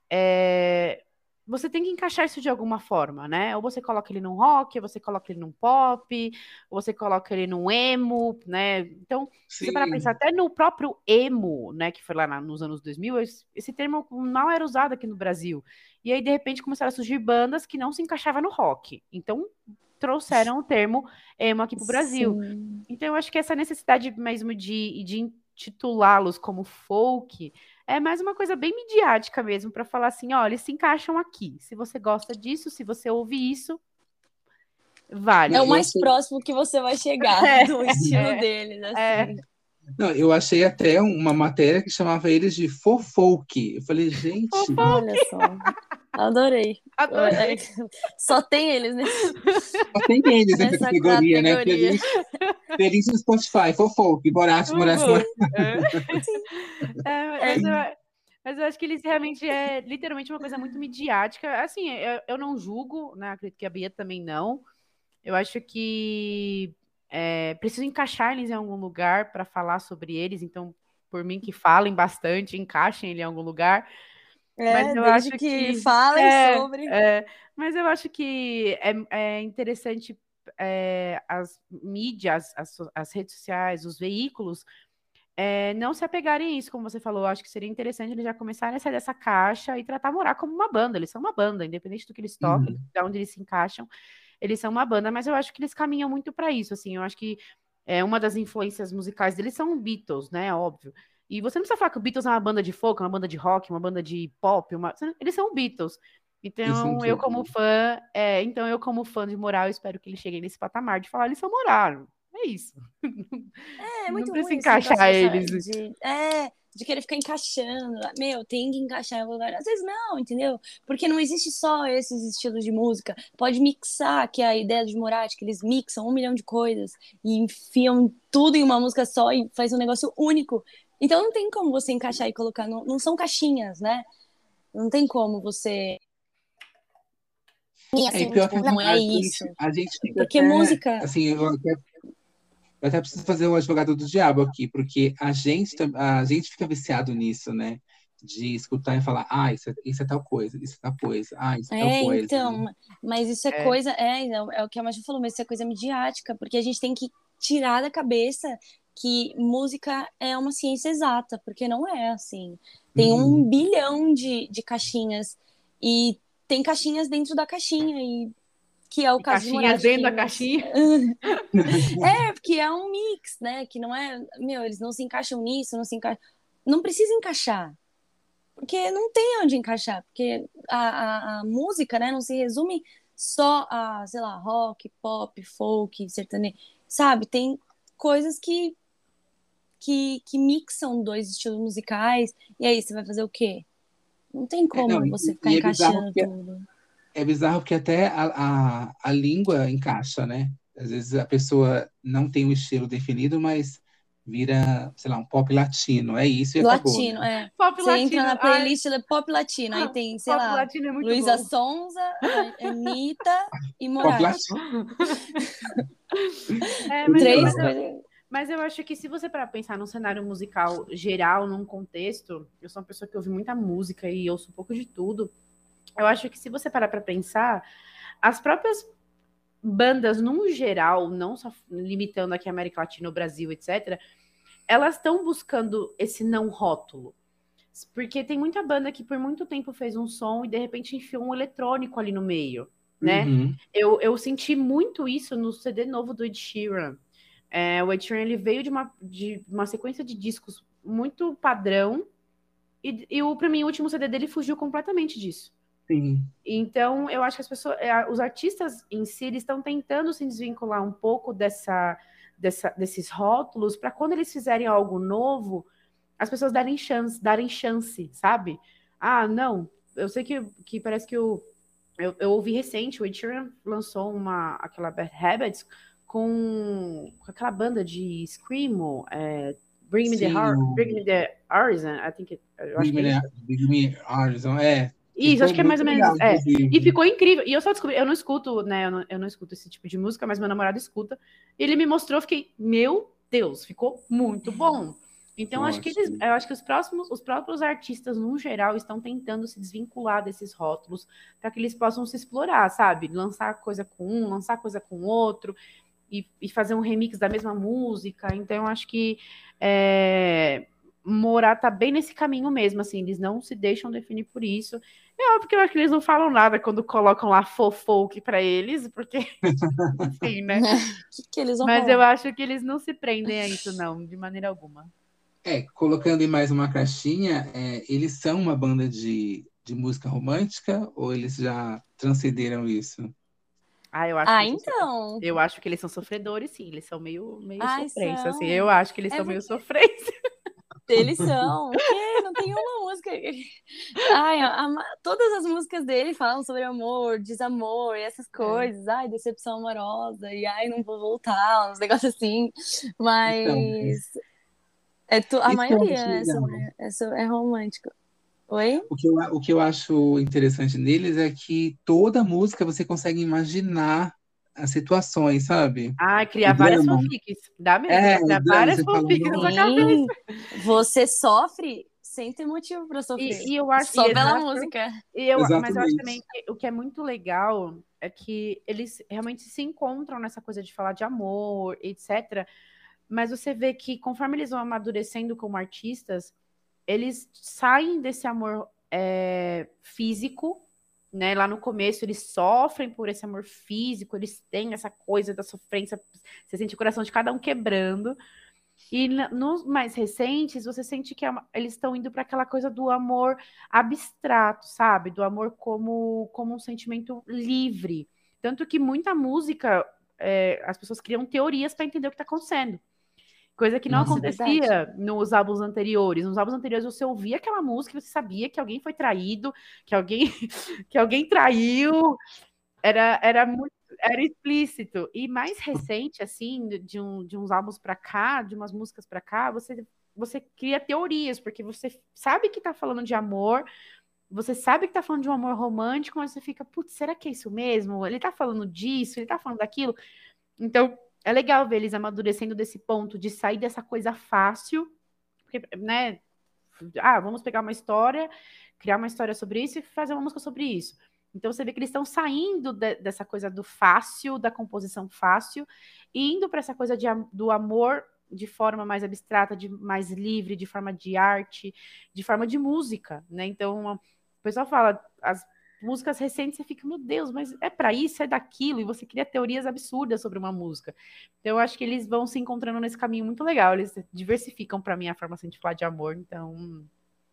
você tem que encaixar isso de alguma forma, né? Ou você coloca ele num rock, ou você coloca ele num pop, ou você coloca ele num emo, né? Então, se você parar pra pensar Sim, até no próprio emo, né, que foi lá nos anos 2000, esse termo mal era usado aqui no Brasil. E aí, de repente, começaram a surgir bandas que não se encaixavam no rock. Então, trouxeram o termo emo aqui pro Brasil. Sim. Então, eu acho que essa necessidade mesmo de intitulá-los como folk é mais uma coisa bem midiática mesmo, para falar assim, ó, eles se encaixam aqui. Se você gosta disso, se você ouve isso, vale. É o eu mais achei, próximo que você vai chegar do estilo deles, É. assim. não, eu achei até uma matéria que chamava eles de fofolk. Eu falei, gente, Olha só. Adorei. Adorei. Só tem eles só tem eles nessa nessa categoria, né? categoria. Feliz no Spotify, fofolk, Borat, Moraes, Uhum. É, Mas eu acho que eles realmente é literalmente uma coisa muito midiática. Assim, eu não julgo, né? Acredito que a Bia também não. Eu acho que preciso encaixar eles em algum lugar para falar sobre eles. Então, por mim, que falem bastante, encaixem ele em algum lugar. Mas eu acho desde que que falem sobre. mas eu acho que é interessante as mídias, as redes sociais, os veículos não se apegarem a isso, como você falou. Eu acho que seria interessante eles já começarem a sair dessa caixa e tratar Morar como uma banda. Eles são uma banda, independente do que eles tocam, Uhum. de onde eles se encaixam, eles são uma banda, mas eu acho que eles caminham muito para isso, assim. Eu acho que uma das influências musicais deles são Beatles, né? Óbvio. E você não precisa falar que o Beatles é uma banda de folk, uma banda de rock, uma banda de pop, eles são Beatles. Eles são Então, tudo. eu como fã de Moral, eu espero que eles cheguem nesse patamar de falar, eles são Moral. É isso. É Não muito precisa ruim esse negócio encaixar eles. de querer ficar encaixando. Meu, tem que encaixar em algum lugar. Às vezes não, entendeu? Porque não existe só esses estilos de música. Pode mixar, que é a ideia de Morat, que eles mixam 1 milhão de coisas e enfiam tudo em uma música só e faz um negócio único. Então não tem como você encaixar e colocar. Não, não são caixinhas, né? Não tem como você. E E assim, pior que tipo, não é isso. a gente fica Porque até, música. assim, eu até preciso fazer o advogado do diabo aqui, porque a gente fica viciado nisso, né? De escutar e falar, isso é tal coisa, isso é tal coisa, isso é tal coisa. Então, mas isso é É. coisa, não, é o que a Maju falou, mas isso é coisa midiática, porque a gente tem que tirar da cabeça que música é uma ciência exata, porque não é assim. Tem um Uhum. bilhão de caixinhas, e tem caixinhas dentro da caixinha, e que é o E caso de caixinhas Morat, dentro que da caixinha. porque é um mix, né? Que não é, meu, eles não se encaixam nisso, não se encaixam. Não precisa encaixar. Porque não tem onde encaixar, porque a música, né, não se resume só a, sei lá, rock, pop, folk, sertanejo, sabe? Tem coisas que mixam dois estilos musicais, e aí você vai fazer o quê? Não tem Não, como você ficar e encaixando tudo. é bizarro porque até a língua encaixa, né? Às vezes a pessoa não tem um estilo definido, mas vira, sei lá, um pop latino. É isso e acabou, né? Latino, é. Pop Você entra latino. na Ai, playlist da pop latino, aí tem, sei pop lá, latino é muito Luísa bom. Sonza, Anitta e Pop Moraes. latino. Mas eu, Três mas eu, coisas. mas eu acho que se você parar pra pensar num cenário musical geral, num contexto, eu sou uma pessoa que ouve muita música e ouço um pouco de tudo. Eu acho que se você parar pra pensar, as próprias bandas, num geral, não só limitando aqui a América Latina, o Brasil, etc., elas estão buscando esse não rótulo. Porque tem muita banda que por muito tempo fez um som e de repente enfiou um eletrônico ali no meio, né? Uhum. Eu senti muito isso no CD novo do Ed Sheeran. O Ed Sheeran ele veio de uma sequência de discos muito padrão e para mim o último CD dele fugiu completamente disso. Sim. Então, eu acho que as pessoas, os artistas em si, eles estão tentando se desvincular um pouco desses rótulos para quando eles fizerem algo novo, as pessoas darem chance, sabe? Ah, não, eu sei que parece que eu ouvi recente, o Ed Sheeran lançou aquela Bad Habits com aquela banda de Screamo, Sim, Bring Me the Horizon, eu acho Bring que Me, é isso. Bring Me Horizon, que Isso, ficou acho que é mais muito ou menos. legal, E inclusive. ficou incrível. E eu só descobri, eu não escuto, né? Eu não escuto esse tipo de música, mas meu namorado escuta. Ele me mostrou, eu fiquei, meu Deus, ficou muito bom. Então, Ótimo. eu acho que os próprios artistas, no geral, estão tentando se desvincular desses rótulos para que eles possam se explorar, sabe? Lançar coisa com um, lançar coisa com outro, e fazer um remix da mesma música. Então, eu acho que Morar tá bem nesse caminho mesmo, assim, eles não se deixam definir por isso. É óbvio que eu acho que eles não falam nada quando colocam lá fofolk pra eles, porque, enfim, né? Que eles vão Mas eu falar? acho que eles não se prendem a isso, não, de maneira alguma. Colocando em mais uma caixinha, eles são uma banda de música romântica ou eles já transcenderam isso? Eu acho que Então. eu acho que eles são sofredores, sim, eles são meio Ai, sofrência, assim, eu são. acho que eles É são meio porque sofrência. eles são. O quê? Não tem uma música. Ai, todas as músicas dele falam sobre amor, desamor e essas É. coisas. Ai, decepção amorosa. E ai, não vou voltar. Uns negócios assim. Então, Mas a isso que eu acho maioria legal. é romântico. Oi? O que eu acho interessante neles é que toda música você consegue imaginar as situações, sabe? Criar O várias drama. fanfics. Dá mesmo, dá pra O criar drama, várias você fala, fanfics na sua cabeça. Sim. Você sofre sem ter motivo pra sofrer. E eu acho, Só pela música. mas eu acho também exatamente. que o que é muito legal é que eles realmente se encontram nessa coisa de falar de amor, etc. mas você vê que conforme eles vão amadurecendo como artistas, eles saem desse amor físico, né? Lá no começo eles sofrem por esse amor físico, eles têm essa coisa da sofrência, você sente o coração de cada um quebrando. E nos mais recentes, você sente que eles estão indo para aquela coisa do amor abstrato, sabe? Do amor como um sentimento livre. Tanto que muita música, as pessoas criam teorias para entender o que está acontecendo. Coisa que não Nossa, acontecia nos álbuns anteriores. Nos álbuns anteriores, você ouvia aquela música e você sabia que alguém foi traído, que alguém traiu. Era explícito. E mais recente, assim, de uns álbuns para cá, de umas músicas para cá, você cria teorias, porque você sabe que tá falando de amor, você sabe que tá falando de um amor romântico, mas você fica, putz, será que é isso mesmo? Ele tá falando disso, ele tá falando daquilo. Então, é legal ver eles amadurecendo desse ponto de sair dessa coisa fácil, porque, né? Vamos pegar uma história, criar uma história sobre isso e fazer uma música sobre isso. Então você vê que eles estão saindo dessa coisa do fácil, da composição fácil, e indo para essa coisa do amor de forma mais abstrata, mais livre, de forma de arte, de forma de música, né? Então, o pessoal fala, as músicas recentes, você fica, meu Deus, mas é para isso, é daquilo, e você cria teorias absurdas sobre uma música. Então, eu acho que eles vão se encontrando nesse caminho muito legal, eles diversificam para mim a forma assim, de falar de amor, então...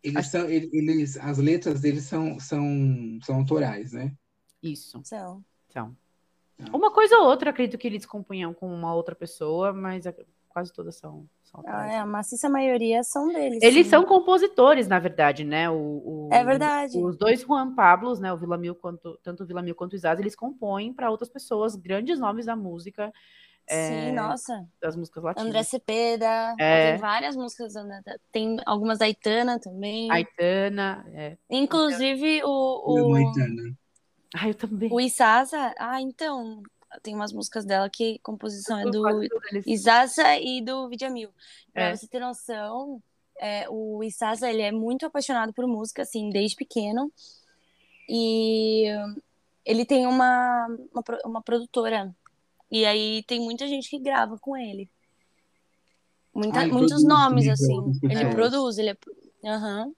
As letras deles são autorais, né? Isso. São. Uma coisa ou outra, acredito que eles compunham com uma outra pessoa, mas quase todas são autorais. A maciça maioria são deles. Eles sim. são compositores, na verdade, né? É verdade. Os dois Juan Pablos, né? O Villamil tanto o Villamil quanto o Isaac, eles compõem para outras pessoas, grandes nomes da música. Sim, nossa. Das músicas latinas. André Cepeda, tem várias músicas, tem algumas da Aitana também. Aitana, Inclusive Eu amo a Aitana. Eu também. O Isasa, então, tem umas músicas dela que a composição é do Isasa e do Vidjamil. Pra você ter noção, o Isasa, ele é muito apaixonado por música, assim, desde pequeno. E ele tem uma produtora. E aí tem muita gente que grava com ele. Ele Muitos produz nomes, também pra assim. outras Ele pessoas. produz, ele é... Aham.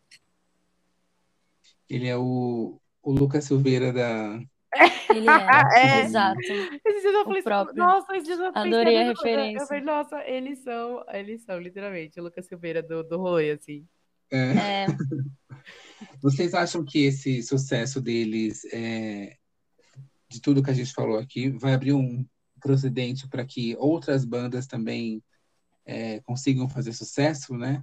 Ele é o Lucas Silveira da... Ele é, exato. Esses dias eu falei, nossa, esses dias eu pensei Adorei a eu referência. falei, nossa, eles são, literalmente, o Lucas Silveira do Rui, assim. Vocês acham que esse sucesso deles, de tudo que a gente falou aqui, vai abrir um precedente para que outras bandas também consigam fazer sucesso, né?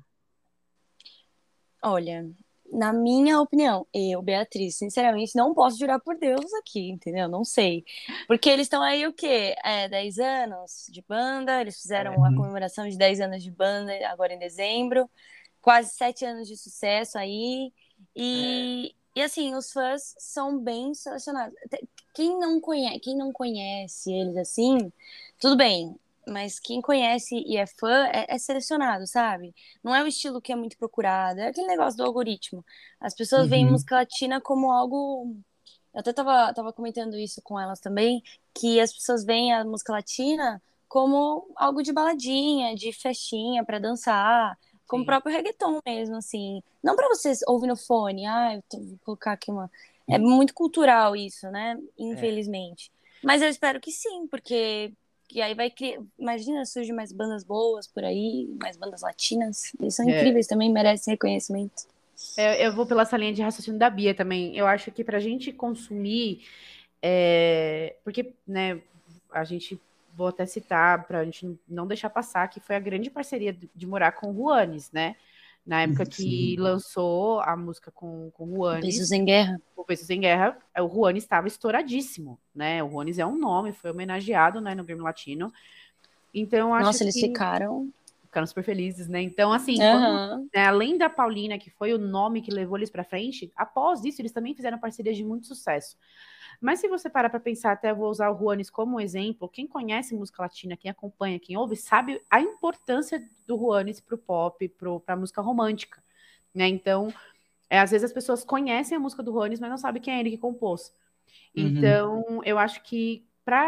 Olha, na minha opinião, eu, Beatriz, sinceramente, não posso jurar por Deus aqui, entendeu? Não sei. Porque eles estão aí o quê? 10 anos de banda, eles fizeram a comemoração de 10 anos de banda agora em dezembro, quase 7 anos de sucesso aí. E assim, os fãs são bem selecionados. Quem não conhece eles assim, tudo bem. Mas quem conhece e é fã é selecionado, sabe? Não é o estilo que é muito procurado. É aquele negócio do algoritmo. As pessoas veem música latina como algo... Eu até tava comentando isso com elas também, que as pessoas veem a música latina como algo de baladinha, de festinha para dançar, como o próprio reggaeton mesmo, assim. Não para vocês ouvir no fone. Vou colocar aqui uma... É muito cultural isso, né? Infelizmente. Mas eu espero que sim, porque... E aí vai criar. Imagina, surgem mais bandas boas por aí, mais bandas latinas. Eles são incríveis também, merecem reconhecimento. Eu vou pela essa linha de raciocínio da Bia também. Eu acho que pra gente consumir. Porque, né, a gente. Vou até citar, pra gente não deixar passar, que foi a grande parceria de Morar com o Juanes, né? Na época que lançou a música com o Juanes. Beijos em Guerra. O Beijos em Guerra, o Juanes estava estouradíssimo, né? O Juanes é um nome, foi homenageado, né, no Grammy Latino. Então, acho Nossa, eles que... ficaram super felizes, né? Então, assim, quando, né, além da Paulina, que foi o nome que levou eles para frente, após isso, eles também fizeram parcerias de muito sucesso. Mas se você parar para pensar, até vou usar o Juanes como exemplo, quem conhece música latina, quem acompanha, quem ouve, sabe a importância do Juanes pro pop, pra música romântica, né? Então, às vezes as pessoas conhecem a música do Juanes, mas não sabem quem é ele que compôs. Então, eu acho que para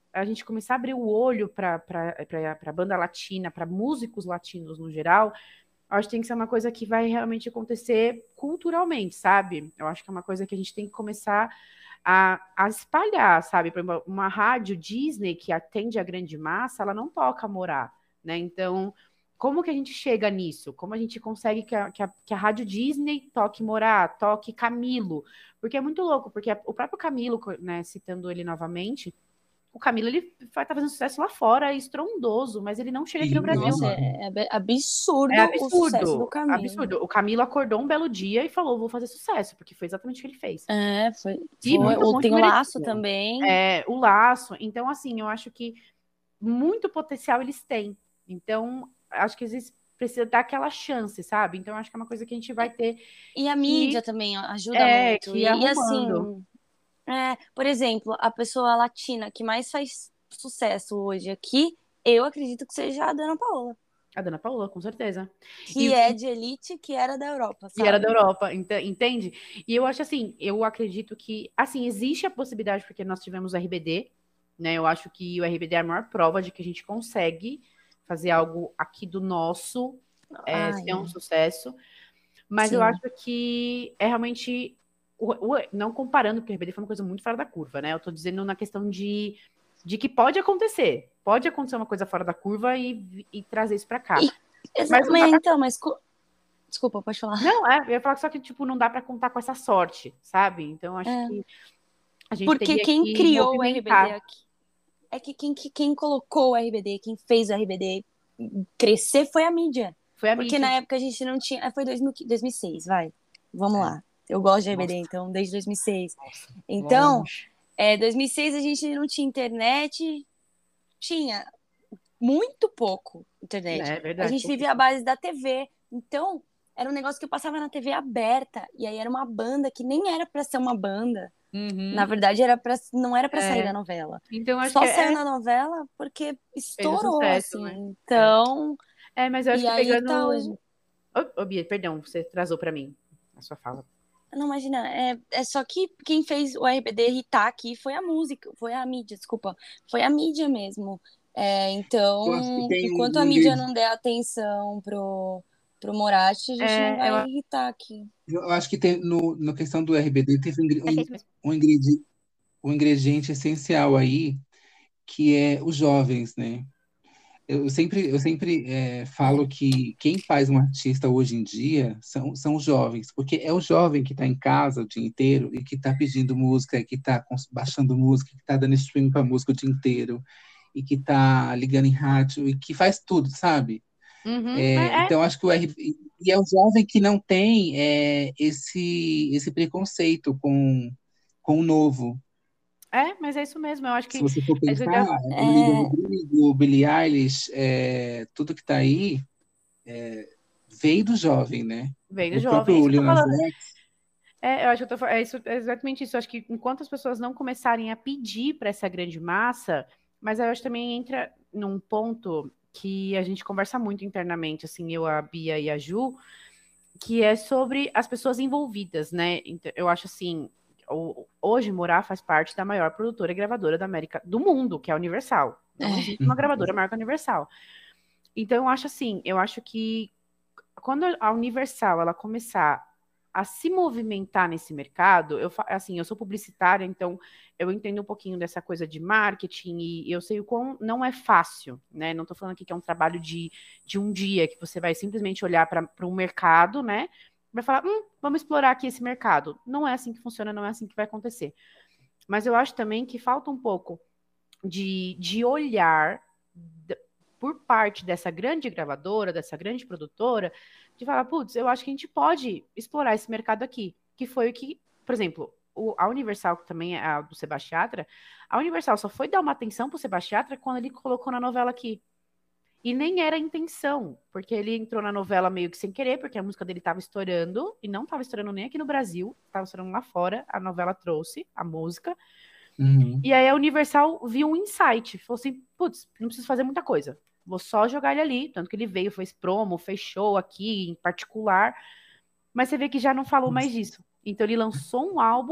a gente começar a abrir o olho para a banda latina, para músicos latinos no geral, eu acho que tem que ser uma coisa que vai realmente acontecer culturalmente, sabe? Eu acho que é uma coisa que a gente tem que começar a espalhar, sabe? Por exemplo, uma rádio Disney que atende a grande massa, ela não toca Morá, né? Então, como que a gente chega nisso? Como a gente consegue que a rádio Disney toque Morá, toque Camilo? Porque é muito louco, porque o próprio Camilo, né, citando ele novamente, o Camilo, ele tá fazendo sucesso lá fora, é estrondoso, mas ele não chega aqui no Sim, Brasil. Nossa, absurdo, o sucesso do Camilo. Absurdo. O Camilo acordou um belo dia e falou, vou fazer sucesso, porque foi exatamente o que ele fez. Foi. Muito Tem o merecido. Laço também. O Laço. Então, assim, eu acho que muito potencial eles têm. Então, acho que eles precisam dar aquela chance, sabe? Então, acho que é uma coisa que a gente vai ter. E a mídia também ajuda muito. Que e assim, por exemplo, a pessoa latina que mais faz sucesso hoje aqui, eu acredito que seja a Dana Paola. A Dana Paola, com certeza. Que é de elite, que era da Europa, sabe? E era da Europa, entende? E eu acho assim, eu acredito que, assim, existe a possibilidade, porque nós tivemos o RBD, né? Eu acho que o RBD é a maior prova de que a gente consegue fazer algo aqui do nosso, ser um sucesso. Mas eu acho que é realmente, não comparando, porque o RBD foi uma coisa muito fora da curva, né? Eu tô dizendo na questão de que pode acontecer. Pode acontecer uma coisa fora da curva e trazer isso pra cá. Exatamente, mas desculpa, pode falar. Não, eu ia falar só que, tipo, não dá pra contar com essa sorte, sabe? Então, acho que a gente porque teria quem que criou movimentar. o RBD aqui, é que quem colocou o RBD, quem fez o RBD crescer foi a mídia. Porque na época a gente não tinha... Foi 2006, vai. Vamos lá. Eu gosto de RBD, então, desde 2006. Nossa, então, 2006 a gente não tinha internet, tinha muito pouco internet. É verdade. A gente vivia à base da TV. Então, era um negócio que eu passava na TV aberta. E aí era uma banda que nem era pra ser uma banda. Na verdade, não era pra sair da novela. Então, acho Só que saiu na novela porque estourou, sucesso, assim. né? Então... mas eu acho que aí pegando... tá hoje... Bia, perdão, você trazou pra mim a sua fala. Não, imagina, é só que quem fez o RBD irritar aqui foi a música, foi a mídia, desculpa. Foi a mídia mesmo. Então, enquanto a mídia não der atenção pro Moratti, a gente não vai irritar aqui. Eu acho que tem, na questão do RBD, teve um ingrediente essencial aí, que é os jovens, né? Eu sempre falo que quem faz um artista hoje em dia são os jovens, porque é o jovem que está em casa o dia inteiro e que está pedindo música, que está baixando música, que está dando stream para música o dia inteiro, e que está ligando em rádio, e que faz tudo, sabe? Então, acho que e é o jovem que não tem esse preconceito com o novo. Mas é isso mesmo, eu acho que... Se você for pensar, Olivia Rodrigo, Billie Eilish, tudo que está aí veio do jovem, né? Veio do o jovem. próprio Lil Nas X. Eu acho que é exatamente isso. Eu acho que enquanto as pessoas não começarem a pedir para essa grande massa, mas eu acho que também entra num ponto que a gente conversa muito internamente, assim, eu, a Bia e a Ju, que é sobre as pessoas envolvidas, né? Então, eu acho assim, hoje Morá faz parte da maior produtora e gravadora da América do mundo, que é a Universal. Não existe uma gravadora maior que a Universal. Então eu acho que quando a Universal ela começar a se movimentar nesse mercado, eu sou publicitária, então eu entendo um pouquinho dessa coisa de marketing e eu sei o quão não é fácil, né? Não estou falando aqui que é um trabalho de um dia, que você vai simplesmente olhar para um mercado, né? Vai falar, vamos explorar aqui esse mercado. Não é assim que funciona, não é assim que vai acontecer. Mas eu acho também que falta um pouco de olhar por parte dessa grande gravadora, dessa grande produtora, de falar, putz, eu acho que a gente pode explorar esse mercado aqui, que foi o que, por exemplo, a Universal, que também é a do Sebastião Yatra, a Universal só foi dar uma atenção pro Sebastião Yatra quando ele colocou na novela aqui. E nem era a intenção, porque ele entrou na novela meio que sem querer, porque a música dele estava estourando, e não estava estourando nem aqui no Brasil, estava estourando lá fora, a novela trouxe a música. E aí a Universal viu um insight, falou assim, putz, não preciso fazer muita coisa, vou só jogar ele ali, tanto que ele veio, fez promo, fez show aqui, em particular, mas você vê que já não falou mais disso. Então ele lançou um álbum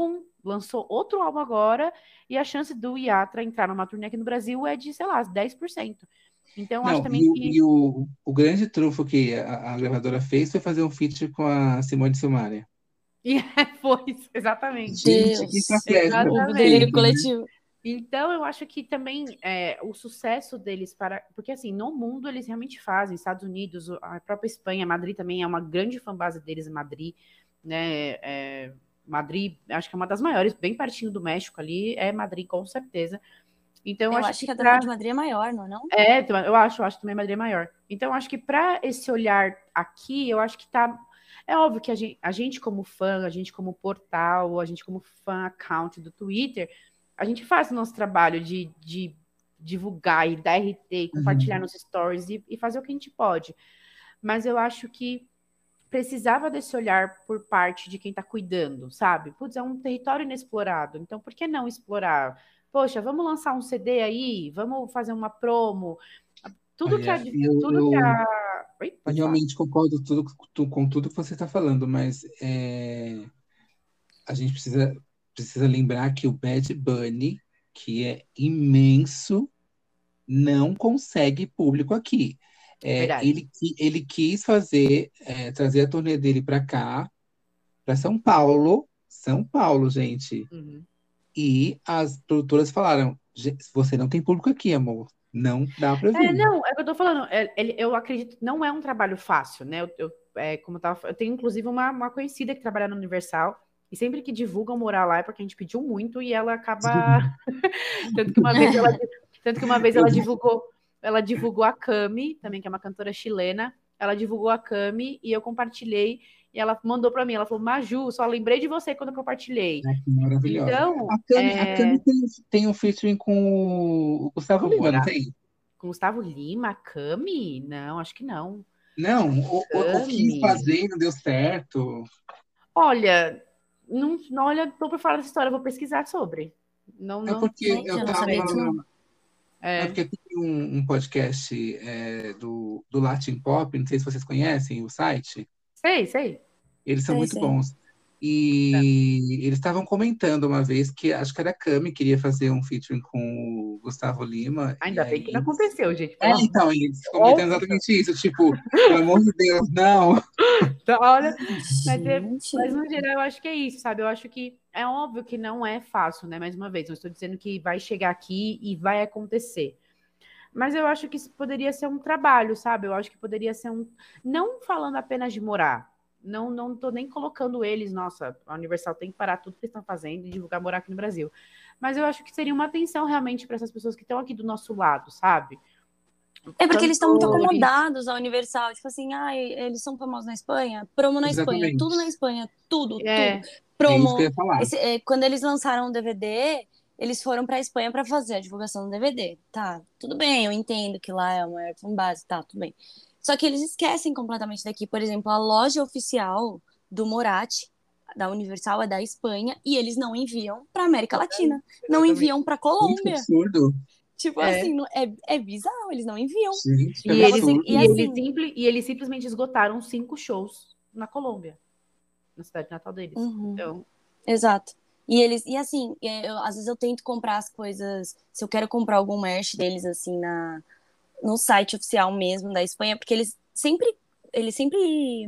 lançou outro álbum agora e a chance do Yatra entrar numa turnê aqui no Brasil é de, sei lá, 10%. Então, eu acho Não, também que... o grande trunfo que a gravadora fez foi fazer um feat com a Simone e Simaria. E foi, exatamente. Gente, que Deus, estratégia o delírio Exatamente. perfeita, né? coletivo. Então, eu acho que também o sucesso deles para... Porque, assim, no mundo eles realmente fazem. Estados Unidos, a própria Espanha, Madrid também é uma grande fanbase deles, Madrid, né? Madrid, acho que é uma das maiores, bem pertinho do México ali, é Madrid, com certeza. Então, eu Eu acho acho que que a de Madrid é maior, não é não? então, eu acho também Madrid é maior. Então, eu acho que para esse olhar aqui, eu acho que tá... É óbvio que a gente como fã, a gente como portal, a gente como fã account do Twitter, a gente faz o nosso trabalho de divulgar e dar RT, e compartilhar Uhum. nos stories e fazer o que a gente pode. Mas eu acho que precisava desse olhar por parte de quem está cuidando, sabe? Putz, é um território inexplorado, então por que não explorar? Poxa, vamos lançar um CD aí, vamos fazer uma promo. Tudo que a. Olha, Tudo que a. Oi, eu pode falar. realmente concordo com tudo que você está falando, mas a gente precisa lembrar que o Bad Bunny, que é imenso, não consegue público aqui. Verdade. Ele quis trazer a turnê dele para cá, para São Paulo, gente. Uhum. E as produtoras falaram: Você não tem público aqui, amor. Não dá para vir." Não, é o que eu tô falando. Eu acredito que não é um trabalho fácil, né? Como eu tenho, inclusive, uma conhecida que trabalha na Universal, e sempre que divulgam morar lá é porque a gente pediu muito e ela acaba. Tanto que uma vez Eu ela divulgou a Cami, também, que é uma cantora chilena. Ela divulgou a Cami e eu compartilhei. E ela mandou para mim, ela falou: Maju, só lembrei de você quando eu compartilhei. Maravilhosa. Então, A Cami tem um featuring com o Gustavo vamos Lima, não morar tem? com Gustavo Lima, Cami? Não, acho que não. Não, o quis Cami. fazer e não deu certo. Olha, olha, tô por falar dessa história, eu vou pesquisar sobre. Não, É não, porque não, Gente, eu eu não não tava. sabia sei. disso, não. Porque tem um podcast do Latin Pop, não sei se vocês conhecem o site. Sei. Eles são Sei, muito sei. bons. E eles estavam comentando uma vez que acho que era a Cami queria fazer um featuring com o Gustavo Lima. E Ainda bem que não aí. aconteceu, gente, pelo amor. Então, eles comentando Óbvio. exatamente isso. Tipo, pelo amor de Deus, não. Então, olha, mas Gente. no geral eu acho que é isso, sabe? Eu acho que é óbvio que não é fácil, né? Mais uma vez, não estou dizendo que vai chegar aqui e vai acontecer. Mas eu acho que isso poderia ser um trabalho, sabe? Eu acho que poderia ser um. Não falando apenas de morar. Não tô nem colocando eles, nossa, a Universal tem que parar tudo que eles estão fazendo e divulgar morar aqui no Brasil. Mas eu acho que seria uma atenção realmente para essas pessoas que estão aqui do nosso lado, sabe? É porque eles estão muito Cantores. acomodados à Universal. Tipo assim, eles são famosos na Espanha, promo na Espanha, tudo na Exatamente. Espanha, tudo. É, É isso que eu Promo. ia falar. Quando eles lançaram o DVD, eles foram pra Espanha pra fazer a divulgação do DVD. Tá, tudo bem, eu entendo que lá é uma maior base, tá, tudo bem. Só que eles esquecem completamente daqui. Por exemplo, a loja oficial do Moratti, da Universal, é da Espanha, e eles não enviam pra América Latina. Não exatamente. enviam pra Gente, que Colômbia. absurdo. Tipo É. assim, é bizarro, eles não enviam. Gente, que E Então, eles, assim, absurdo. e assim, e eles simplesmente esgotaram 5 shows na Colômbia, na cidade natal deles. uhum, Então, exato. E assim, às vezes eu tento comprar as coisas, se eu quero comprar algum merch deles, assim, no site oficial mesmo da Espanha, porque eles sempre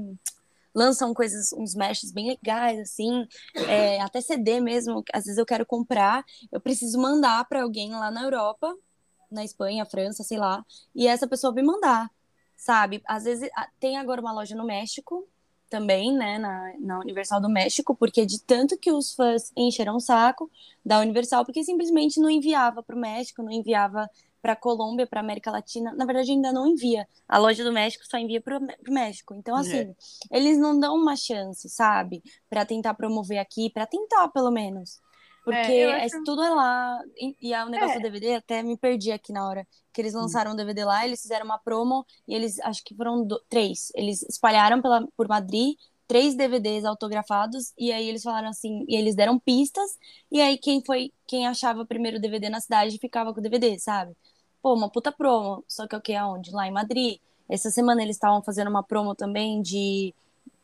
lançam coisas, uns merches bem legais, assim, até CD mesmo, às vezes eu quero comprar, eu preciso mandar para alguém lá na Europa, na Espanha, França, sei lá, e essa pessoa me mandar, sabe? Às vezes tem agora uma loja no México também, né, na Universal do México, porque de tanto que os fãs encheram o saco da Universal, porque simplesmente não enviava para o México, não enviava para Colômbia, para América Latina, na verdade ainda não envia. A loja do México só envia para o México. Então, assim, eles não dão uma chance, sabe, para tentar promover aqui, para tentar pelo menos. Porque eu acho. tudo é lá. E o negócio do É, DVD, até me perdi aqui na hora que eles lançaram o DVD lá. Eles fizeram uma promo e eles, acho que foram 3. Eles espalharam por Madrid 3 DVDs autografados. E aí eles falaram assim. E eles deram pistas. E aí quem achava primeiro o DVD na cidade ficava com o DVD, sabe? Pô, uma puta promo. Só que o que? Aonde? Lá em Madrid. Essa semana eles estavam fazendo uma promo também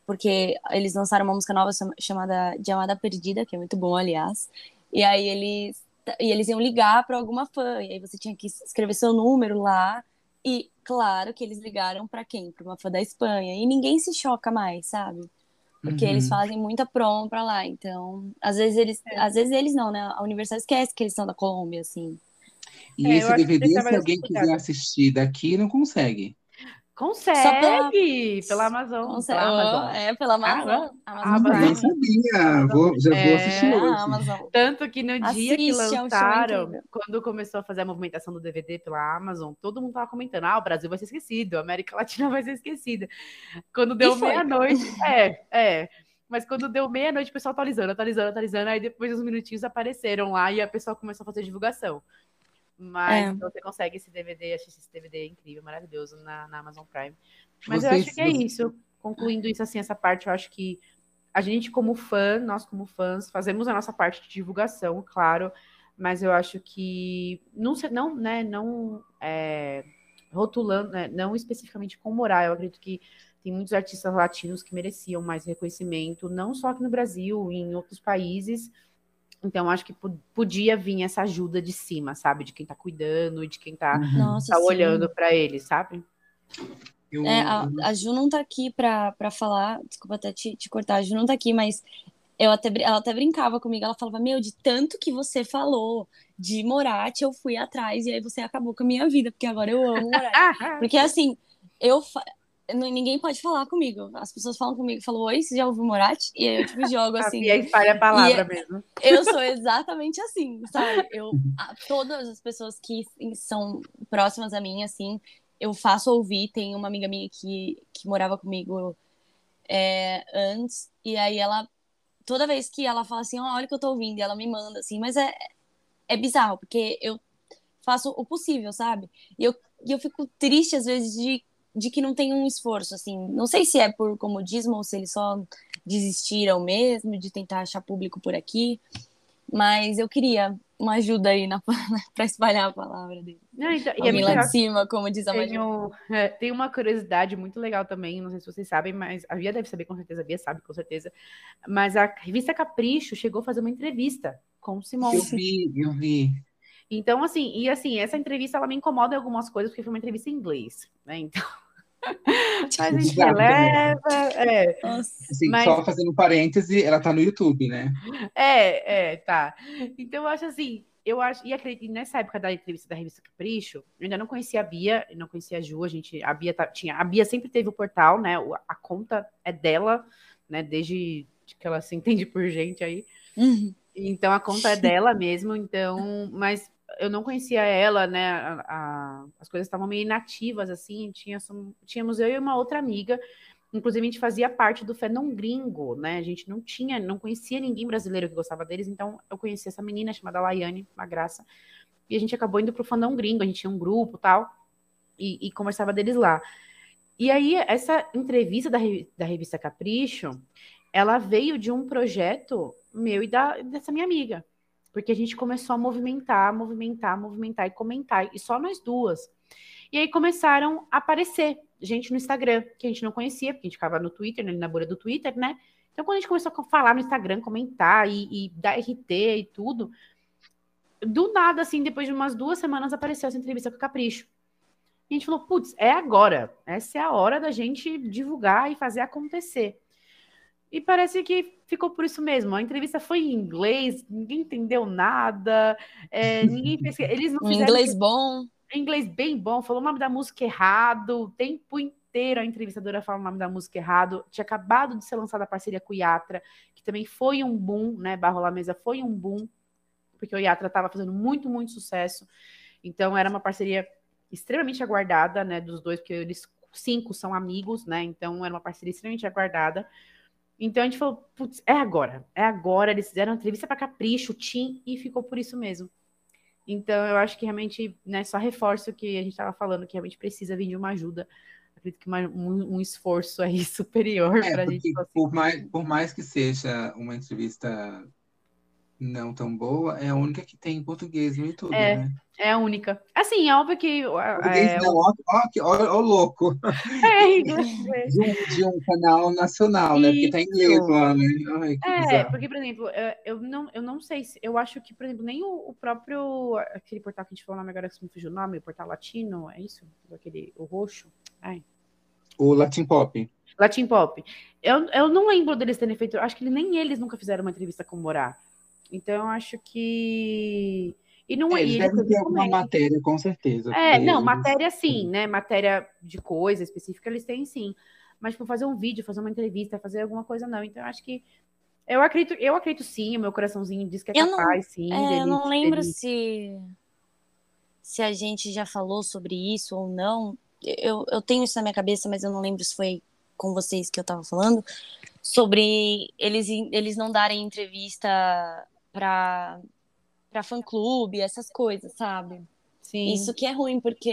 porque eles lançaram uma música nova chamada De Amada Perdida, que é muito bom, aliás. E aí eles iam ligar para alguma fã, e aí você tinha que escrever seu número lá. E claro que eles ligaram para quem? Para uma fã da Espanha. E ninguém se choca mais, sabe? Porque eles Uhum. fazem muita promo pra lá. Então, às vezes eles não, né? A Universal esquece que eles são da Colômbia, assim. E Eu esse acho que eles DVD, têm se mais esse alguém quiser cuidado. assistir daqui, não consegue. Só pela. Consegue! Pela Amazon. Pela Amazon. Pela Ah, Amazon. Amazon Amazon. Nem Prime. sabia. Amazon. Já vou assistir É É. a hoje. Amazon. Tanto que no dia que Assiste, é um show lançaram, incrível. quando começou a fazer a movimentação do DVD pela Amazon, todo mundo tava comentando: o Brasil vai ser esquecido, a América Latina vai ser esquecida. Quando E deu foi. meia-noite, mas quando deu meia-noite, o pessoal atualizando, aí depois uns minutinhos apareceram lá e a pessoa começou a fazer divulgação. Mas É. então você consegue esse DVD, assistir esse DVD incrível, maravilhoso na Amazon Prime. Mas eu acho Vocês, que é isso. Concluindo isso, assim, essa parte, eu acho que a gente, como fã, nós, como fãs, fazemos a nossa parte de divulgação, claro, mas eu acho que não rotulando, né, não especificamente com moral, eu acredito que tem muitos artistas latinos que mereciam mais reconhecimento, não só aqui no Brasil, em outros países. Então, acho que podia vir essa ajuda de cima, sabe? De quem tá cuidando, de quem tá, Nossa, tá olhando sim. para eles, sabe? A Ju não tá aqui pra falar. Desculpa até te cortar. A Ju não tá aqui, mas ela até brincava comigo. Ela falava: Meu, de tanto que você falou de Moratti, eu fui atrás e aí você acabou com a minha vida, porque agora eu amo Moratti. Porque assim, ninguém pode falar comigo. As pessoas falam comigo, falam: Oi, você já ouviu Moratti? E aí eu tipo jogo A assim. Bia espalha a E palavra mesmo. eu sou exatamente assim, sabe? Todas as pessoas que são próximas a mim, assim, eu faço ouvir. Tem uma amiga minha que morava comigo antes, e aí toda vez que ela fala assim, olha o que eu tô ouvindo, e ela me manda, assim, mas é bizarro, porque eu faço o possível, sabe? E eu fico triste, às vezes, de que não tem um esforço, assim. Não sei se é por comodismo ou se eles só desistiram mesmo de tentar achar público por aqui, mas eu queria uma ajuda aí para espalhar a palavra dele. Não, então, e é Alguém muito lá de legal. cima, como diz a Maju. Tem uma curiosidade muito legal também, não sei se vocês sabem, mas a Bia deve saber com certeza, a Bia sabe com certeza, mas a revista Capricho chegou a fazer uma entrevista com o Simon. Eu vi. Então, assim, essa entrevista ela me incomoda em algumas coisas, porque foi uma entrevista em inglês, né? Então, mas a gente Exato, também. releva, Nossa. Assim, mas só fazendo um parêntese, ela tá no YouTube, né? tá. Então, eu acho assim, e acredito, e nessa época da entrevista da revista Capricho, eu ainda não conhecia a Bia, eu não conhecia a Ju, a Bia sempre teve o portal, né? A conta é dela, né? Desde que ela se entende por gente aí. Uhum. Então a conta é dela mesmo, então, mas eu não conhecia ela, né? As coisas estavam meio inativas, assim. Tínhamos eu e uma outra amiga. Inclusive, a gente fazia parte do fandom gringo, né? A gente não conhecia ninguém brasileiro que gostava deles, então eu conheci essa menina chamada Laiane, uma graça, e a gente acabou indo pro fandom gringo, a gente tinha um grupo tal, e conversava deles lá. E aí, essa entrevista da revista Capricho, ela veio de um projeto meu e dessa minha amiga. Porque a gente começou a movimentar e comentar, e só nós duas. E aí começaram a aparecer gente no Instagram, que a gente não conhecia, porque a gente ficava no Twitter, né, na bolha do Twitter, né? Então, quando a gente começou a falar no Instagram, comentar e dar RT e tudo, do nada, assim, depois de umas 2 semanas, apareceu essa entrevista com o Capricho. E a gente falou, putz, é agora. Essa é a hora da gente divulgar e fazer acontecer. E parece que ficou por isso mesmo. A entrevista foi em inglês, ninguém entendeu nada, ninguém fez. Eles não Um fizeram. inglês bom. Inglês bem bom, falou o nome da música errado, o tempo inteiro a entrevistadora fala o nome da música errado. Tinha acabado de ser lançada a parceria com o Yatra, que também foi um boom, né? Barro La Mesa foi um boom, porque o Yatra estava fazendo muito, muito sucesso. Então era uma parceria extremamente aguardada, né? Dos dois, porque eles 5 são amigos, né? Então era uma parceria extremamente aguardada. Então a gente falou, putz, é agora. Eles fizeram uma entrevista para Capricho, Tim, e ficou por isso mesmo. Então eu acho que realmente, né, só reforço o que a gente estava falando, que realmente precisa vir de uma ajuda. Acredito que um esforço aí superior para a gente Porque conseguir. por mais que seja uma entrevista não tão boa, é a única que tem em português no YouTube, É, né? é a única. Assim, é óbvio que Português não, ó, louco. é inglês. De um canal nacional, né? Porque tá em inglês Isso. lá, né? Ai, que bizarro. Porque, por exemplo, eu não sei se. Eu acho que, por exemplo, nem o próprio. Aquele portal que a gente falou o nome agora que me fugiu o nome, o portal latino, é isso? Aquele, o roxo. Ai. O Latin Pop. Latin Pop. Eu não lembro deles terem feito. Acho que nem eles nunca fizeram uma entrevista com o Morá. Então, eu acho que. Eles E ele devem foi ter no alguma começo. matéria, com certeza. Porque Não, eles... matéria sim, né? Matéria de coisa específica eles têm sim. Mas, tipo, fazer um vídeo, fazer uma entrevista, fazer alguma coisa, não. Então, eu acho que. Eu acredito sim, o meu coraçãozinho diz que é Eu não, capaz, sim, eu não lembro dele. se a gente já falou sobre isso ou não. Eu tenho isso na minha cabeça, mas eu não lembro se foi com vocês que eu tava falando, sobre eles não darem entrevista pra, pra fã-clube, essas coisas, sabe? Sim, Isso que é ruim, porque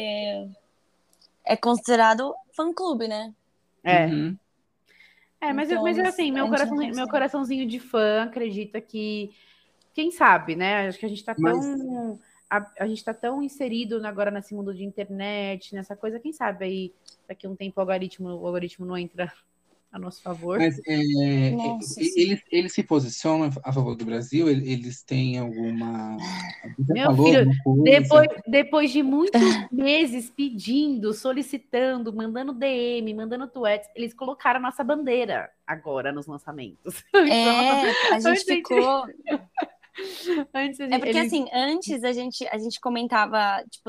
é considerado fã-clube, né? é. Uhum. Então, Mas é assim, a gente não meu consegue. coraçãozinho de fã acredita que, quem sabe, né? Acho que a gente tá Mas, tão. A gente tá tão inserido agora nesse mundo de internet, nessa coisa, quem sabe aí daqui a um tempo o algoritmo não entra a nosso favor. mas Nossa, sim. eles se posicionam a favor do Brasil? Eles têm alguma... Alguém já Meu falou filho, alguma coisa? depois de muitos meses pedindo, solicitando, mandando DM, mandando tweets, eles colocaram a nossa bandeira agora nos lançamentos. A gente Antes, ficou. antes É porque, eles. assim, antes a gente comentava, tipo,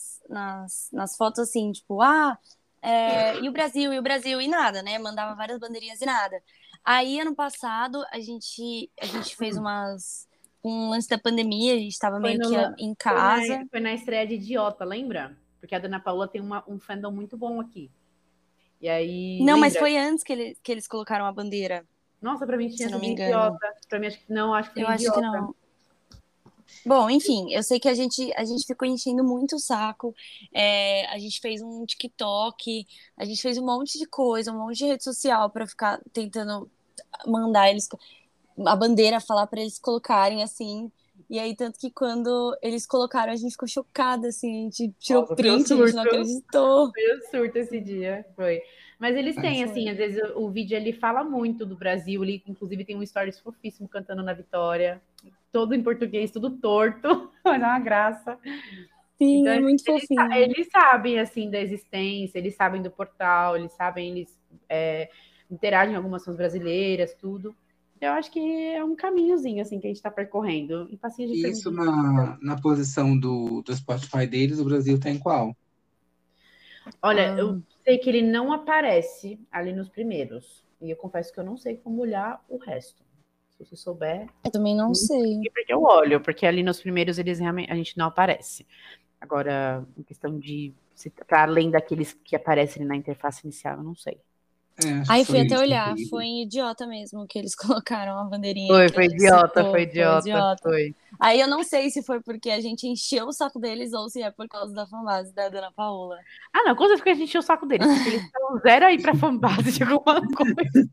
nas fotos, assim, tipo, e o Brasil, e o Brasil, e nada, né? Mandava várias bandeirinhas e nada. Aí, ano passado, a gente fez um lance da pandemia, a gente tava Foi, meio no, que em casa. foi na estreia de Idiota, lembra? Porque a Dana Paola tem um fandom muito bom aqui. E aí, Não, mas lembra? foi antes que eles colocaram a bandeira, Nossa, pra mim se tinha eu não sido me em engano. Idiota. Pra mim, acho que foi Eu em acho que Idiota. não. Bom, enfim, eu sei que a gente ficou enchendo muito o saco. A gente fez um TikTok, a gente fez um monte de coisa, um monte de rede social para ficar tentando mandar eles a bandeira, falar para eles colocarem assim. E aí, tanto que quando eles colocaram, a gente ficou chocada, assim, a gente tirou Nossa, foi um print, a gente não surto. acreditou. Foi um surto esse dia, foi. Mas eles têm, assim, Foi. às vezes o vídeo ele fala muito do Brasil, ele inclusive tem um stories fofíssimo cantando na Vitória, todo em português, tudo torto, mas é uma graça. Sim, Então é muito fofinho. eles sabem, assim, da existência, eles sabem do portal, eles sabem, eles interagem com algumas fãs brasileiras, tudo. Eu acho que é um caminhozinho, assim, que a gente está percorrendo. E passinho de Isso formiguinha. na posição do Spotify deles, o Brasil tá em qual? Olha, eu Ah, sei que ele não aparece ali nos primeiros. E eu confesso que eu não sei como olhar o resto. Se você souber, eu também não sei. porque eu olho, porque ali nos primeiros eles realmente a gente não aparece. Agora, em questão de para além daqueles que aparecem na interface inicial, eu não sei. Acho que Aí fui foi até isso. olhar, foi em Idiota mesmo que eles colocaram a bandeirinha que a gente Foi citou, foi idiota, Idiota. foi. Aí eu não sei se foi porque a gente encheu o saco deles ou se é por causa da fanbase da Dona Paola. Ah, não, com certeza que a gente encheu o saco deles, porque eles estão zero aí pra fanbase de alguma coisa.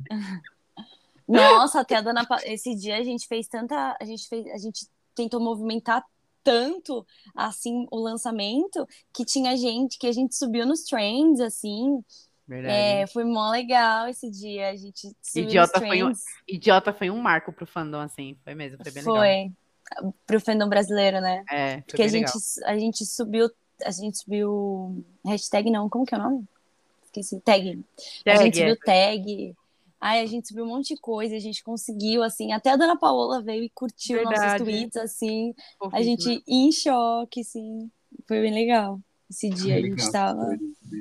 Nossa, até esse dia a gente fez tanta, a gente tentou movimentar tanto assim o lançamento que tinha gente que a gente subiu nos trends assim. Verdade. Foi mó legal esse dia, a gente subiu nos trends. Idiota foi um marco pro fandom, assim. Foi mesmo, foi bem legal. Foi pro fandom brasileiro, né? Foi Porque a bem gente, legal. a gente subiu hashtag não, como que é o nome? Esqueci, tag. A gente Tag, subiu tag. Aí a gente subiu um monte de coisa, a gente conseguiu, assim, até a Dona Paola veio e curtiu nossos verdade. tweets, assim, a Fofíssima. gente em choque, assim, foi bem legal. Esse dia Ai, a gente legal. tava,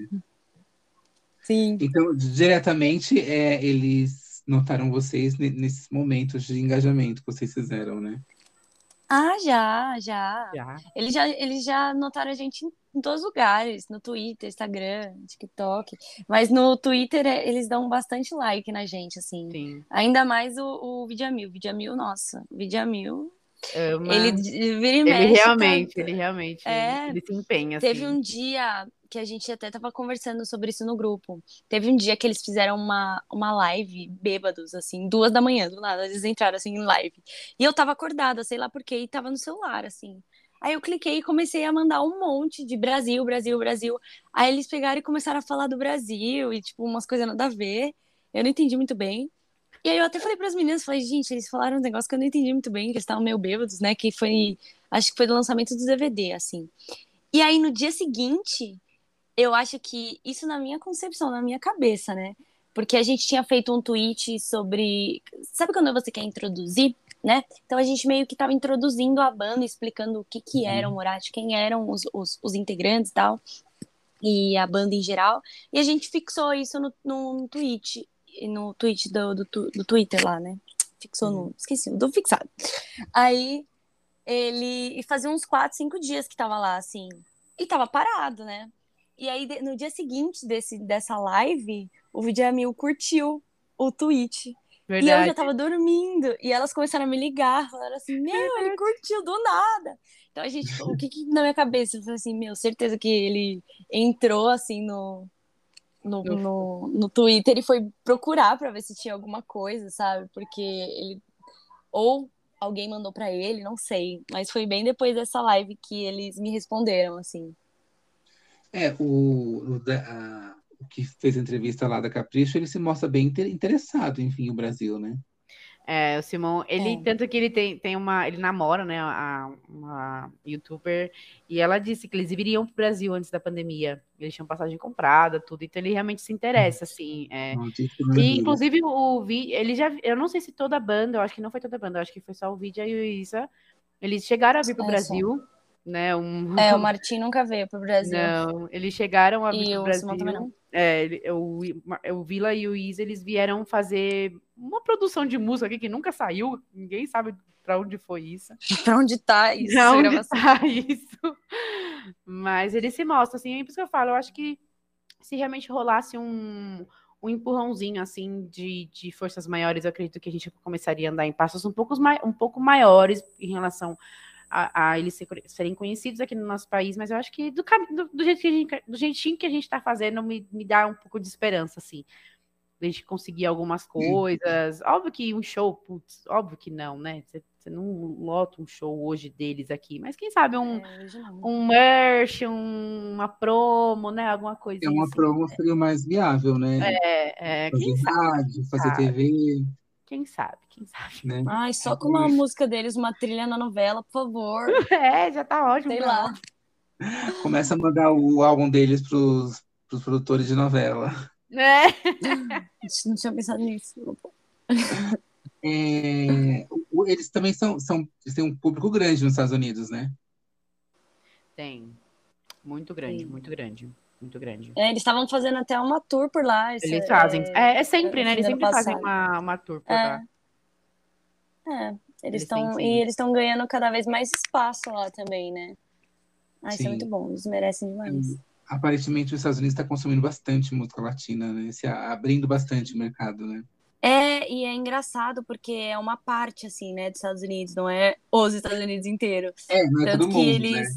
sim. Então, diretamente, eles notaram vocês nesses momentos de engajamento que vocês fizeram, né? Já, já. Já. Eles já notaram a gente em todos os lugares, no Twitter, Instagram, TikTok. Mas no Twitter eles dão bastante like na gente, assim. Sim. Ainda mais o Vidiamil. Vidiamil, nossa, Vidiamil, ele Ama. vira e mexe, tá? Ele realmente, ele se empenha, Teve assim. um dia que a gente até tava conversando sobre isso no grupo. Teve um dia que eles fizeram uma live, bêbados, assim, 2 da manhã, do nada, eles entraram, assim, em live. E eu tava acordada, sei lá por quê, e tava no celular, assim. Aí eu cliquei e comecei a mandar um monte de Brasil, Brasil, Brasil. Aí eles pegaram e começaram a falar do Brasil e, tipo, umas coisas nada a ver. Eu não entendi muito bem. E aí eu até falei para as meninas, falei, gente, eles falaram um negócio que eu não entendi muito bem, que eles estavam meio bêbados, né? Que foi, acho que foi do lançamento do DVD, assim. E aí no dia seguinte, eu acho que isso na minha concepção, na minha cabeça, né? Porque a gente tinha feito um tweet sobre. Sabe quando você quer introduzir, né? Então a gente meio que estava introduzindo a banda, explicando o que que era o Moratti, quem eram os integrantes e tal, e a banda em geral. E a gente fixou isso no tweet, no tweet do Twitter lá, né? Fixou no. Esqueci, do fixado. Aí ele. E fazia uns 4, 5 dias que tava lá, assim. E tava parado, né? E aí, no dia seguinte dessa live, o Djamil curtiu o tweet. E eu já Verdade. tava dormindo. E elas começaram a me ligar, falaram assim: Meu, ele curtiu do nada. Então a gente, o que na minha cabeça? Eu falei assim: Meu, certeza que ele entrou assim no Twitter e foi procurar pra ver se tinha alguma coisa, sabe? Porque ele. Ou alguém mandou pra ele, não sei. Mas foi bem depois dessa live que eles me responderam, assim. O que fez a entrevista lá da Capricho, ele se mostra bem interessado, enfim, o Brasil, né? É, o Simão, ele, É. tanto que ele tem uma, ele namora, né, uma youtuber, e ela disse que eles viriam pro Brasil antes da pandemia, eles tinham passagem comprada, tudo, então ele realmente se interessa, assim, Não, disso que eu não e vi, né? inclusive o vídeo, ele já, eu não sei se toda a banda, eu acho que não foi toda a banda, eu acho que foi só o vídeo e o Isa, eles chegaram a vir pro É só. Brasil, né, É, o Martim nunca veio pro Brasil. não, eles chegaram a vir E pro o Simão também não. Brasil. O Vila e o Isa, eles vieram fazer uma produção de música aqui que nunca saiu. Ninguém sabe para onde foi isso. Pra onde tá isso, Pra essa onde gravação? tá isso? Mas ele se mostra, assim, é por isso que eu falo, eu acho que se realmente rolasse um empurrãozinho, assim, de forças maiores, eu acredito que a gente começaria a andar em passos um pouco maiores em relação a eles serem conhecidos aqui no nosso país, mas eu acho que do jeitinho que a gente está fazendo me dá um pouco de esperança, assim, de a gente conseguir algumas coisas. Óbvio que um show, putz, óbvio que não, né? Você não lota um show hoje deles aqui, mas quem sabe Hoje não. um merch, uma promo, né? Alguma É coisinha uma assim. promo seria o mais viável, né? Quem Fazer sabe, rádio, fazer TV, quem sabe. né? Ai, só com uma Agora, música deles, uma trilha na novela, por favor. Já tá ótimo, Sei tá lá. ótimo. começa a mandar o álbum deles pros produtores de novela. É. A gente não tinha pensado nisso. Eles também eles têm um público grande nos Estados Unidos, né? Tem. Muito grande, Sim. muito grande, muito grande. É, eles estavam fazendo até uma tour por lá. Eles fazem. É sempre, No né? fim Eles do ano sempre fazem passado. uma tour por lá. É, eles Eles têm estão. sim. E eles estão ganhando cada vez mais espaço lá também, né? Ah, isso é muito Sim. bom, eles merecem demais. Aparentemente, os Estados Unidos está consumindo bastante música latina, né? Abrindo bastante o mercado, né? É, e é engraçado porque é uma parte, assim, né, dos Estados Unidos, não é os Estados Unidos inteiro. Não é Tanto todo que mundo, né?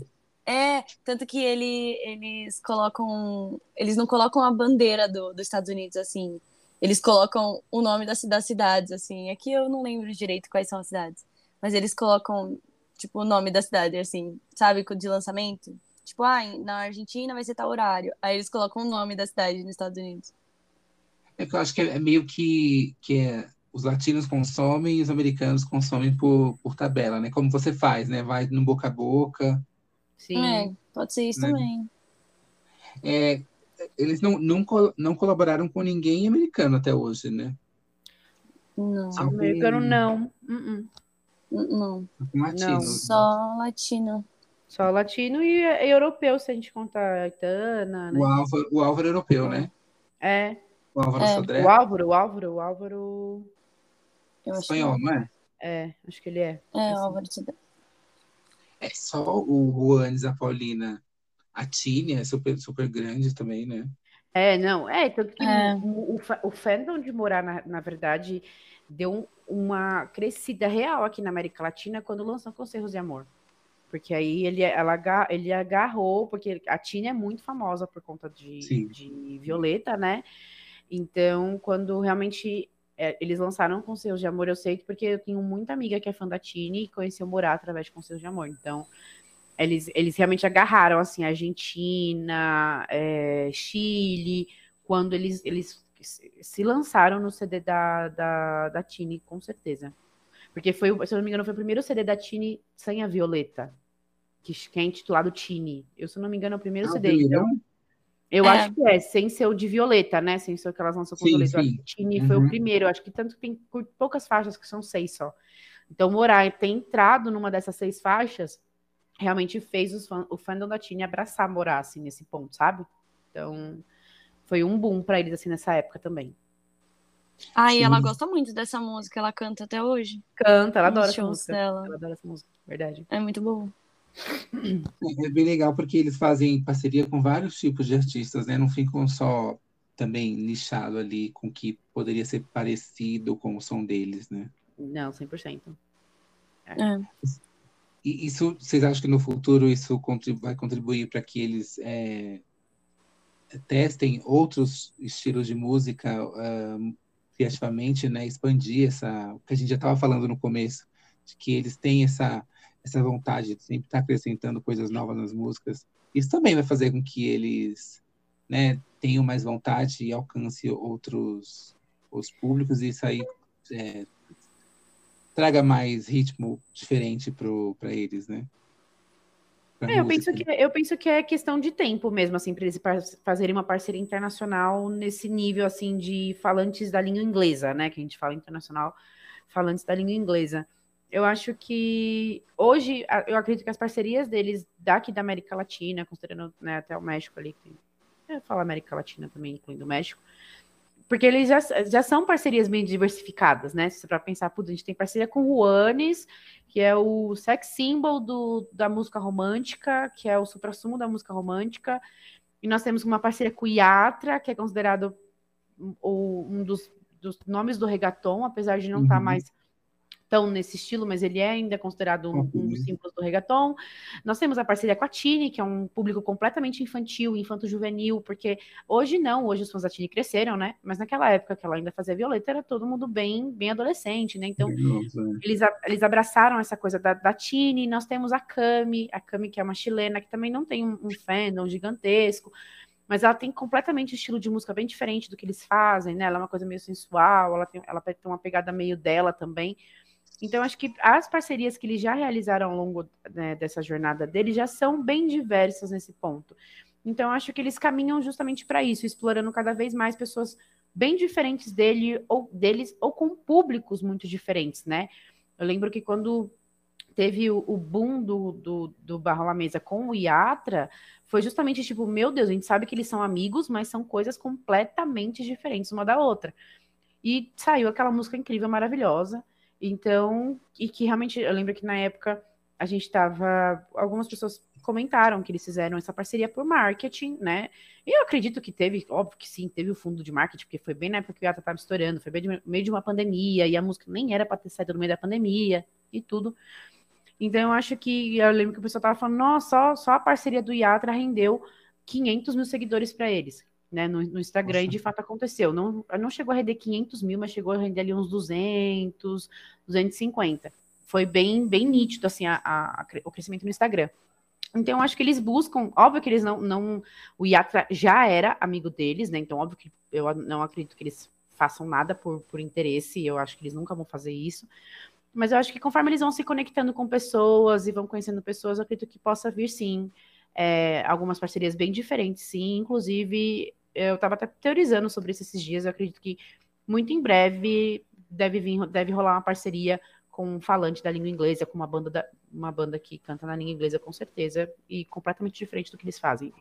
eles colocam. Eles não colocam a bandeira dos Estados Unidos, assim. Eles colocam o nome das cidades, assim. Aqui eu não lembro direito quais são as cidades. Mas eles colocam, tipo, o nome da cidade, assim, sabe, de lançamento. Tipo, na Argentina vai ser tal horário. Aí eles colocam o nome da cidade nos Estados Unidos. É que eu acho que é meio que os latinos consomem e os americanos consomem por tabela, né? Como você faz, né? Vai no boca a boca, Sim. Pode ser isso né? também. É, eles não colaboraram com ninguém americano até hoje, né? Não, Só Americano com, não. não. só com Não. latinos, né? Só latino. Só latino e europeu, se a gente contar a Aitana, né? O Álvaro europeu, né? É. O Álvaro É, Sodré, O Álvaro. eu acho que espanhol, não é? Acho que ele é. é o Assim. Álvaro de Cidade. É só o Juanes, a Paulina, a Tini é super, super grande também, né? Não, tanto que É, o fandom de Morar, na verdade, deu uma crescida real aqui na América Latina quando lançou Conselhos de Amor. Porque aí ele agarrou, porque a Tini é muito famosa por conta de Violeta, né? Então, quando realmente eles lançaram Conselhos de Amor, eu sei porque eu tenho muita amiga que é fã da Tini e conheceu Morar através de Conselhos de Amor. Então, eles realmente agarraram, assim, Argentina, Chile, quando eles se lançaram no CD da Tini, com certeza. Porque se eu não me engano, foi o primeiro CD da Tini sem a Violeta, que é intitulado Tini. Se eu não me engano, é o primeiro CD. Então, eu acho que sem ser o de Violeta, né? Sem ser o que elas lançam com Violeta. Eu acho que o Tini foi o primeiro. Eu acho que tanto que tem poucas faixas, que são 6 só. Então, Morar ter entrado numa dessas 6 faixas realmente fez o fandom da Tini abraçar Morar, assim, nesse ponto, sabe? Então, foi um boom pra eles, assim, nessa época também. E ela gosta muito dessa música, ela canta até hoje. Canta, ela adora essa música. Ela adora essa música, verdade. É muito bom. É bem legal porque eles fazem parceria com vários tipos de artistas, né? Não ficam só também nichado ali com o que poderia ser parecido com o som deles, né? Não, 100%. E isso, vocês acham que no futuro isso vai contribuir para que eles testem outros estilos de música criativamente, né? Expandir o que a gente já estava falando no começo, de que eles têm essa vontade de sempre estar acrescentando coisas novas nas músicas. Isso também vai fazer com que eles, né, tenham mais vontade e alcance outros públicos, e isso aí traga mais ritmo diferente para eles, né? Eu penso que é questão de tempo mesmo, assim, para eles fazerem uma parceria internacional nesse nível, assim, de falantes da língua inglesa, né? Que a gente fala internacional, falantes da língua inglesa. Eu acho que hoje, eu acredito que as parcerias deles daqui da América Latina, considerando, né, até o México ali, eu falo América Latina também, incluindo o México, porque eles já são parcerias bem diversificadas, né? Se você para pensar, a gente tem parceria com o Juanes, que é o sex symbol da música romântica, que é o suprassumo da música romântica, e nós temos uma parceria com o Yatra, que é considerado um dos nomes do reggaeton, apesar de não estar mais tão nesse estilo, mas ele é ainda considerado um dos símbolos do reggaeton. Nós temos a parceria com a Tini, que é um público completamente infantil, infanto-juvenil, porque hoje os fãs da Tini cresceram, né? Mas naquela época que ela ainda fazia Violeta, era todo mundo bem adolescente, né? Então, eles abraçaram essa coisa da Tini. Nós temos a Cami, que é uma chilena, que também não tem um fandom gigantesco, mas ela tem completamente um estilo de música bem diferente do que eles fazem, né? Ela é uma coisa meio sensual, ela tem uma pegada meio dela também. Então, acho que as parcerias que eles já realizaram ao longo, né, dessa jornada deles já são bem diversas nesse ponto. Então, acho que eles caminham justamente para isso, explorando cada vez mais pessoas bem diferentes deles, ou com públicos muito diferentes, né? Eu lembro que quando teve o boom do Barro La Mesa com o Yatra, foi justamente tipo, meu Deus, a gente sabe que eles são amigos, mas são coisas completamente diferentes uma da outra. E saiu aquela música incrível, maravilhosa. Então, e que realmente, eu lembro que na época a gente algumas pessoas comentaram que eles fizeram essa parceria por marketing, né? E eu acredito que óbvio que sim, teve o fundo de marketing, porque foi bem na época que o Yatra estava estourando, foi bem no meio de uma pandemia, e a música nem era para ter saído no meio da pandemia e tudo. Então, eu lembro que o pessoal estava falando, nossa, só a parceria do Yatra rendeu 500 mil seguidores para eles, né, no Instagram. Nossa. E de fato aconteceu. Não chegou a render 500 mil, mas chegou a render ali uns 200, 250. Foi bem nítido, assim, o crescimento no Instagram. Então, eu acho que eles buscam, óbvio que eles o Yatra já era amigo deles, né, então óbvio que eu não acredito que eles façam nada por interesse, eu acho que eles nunca vão fazer isso, mas eu acho que conforme eles vão se conectando com pessoas e vão conhecendo pessoas, eu acredito que possa vir, sim, algumas parcerias bem diferentes, sim, inclusive eu estava até teorizando sobre isso esses dias, eu acredito que muito em breve deve rolar uma parceria com um falante da língua inglesa, com uma banda que canta na língua inglesa, com certeza, e completamente diferente do que eles fazem.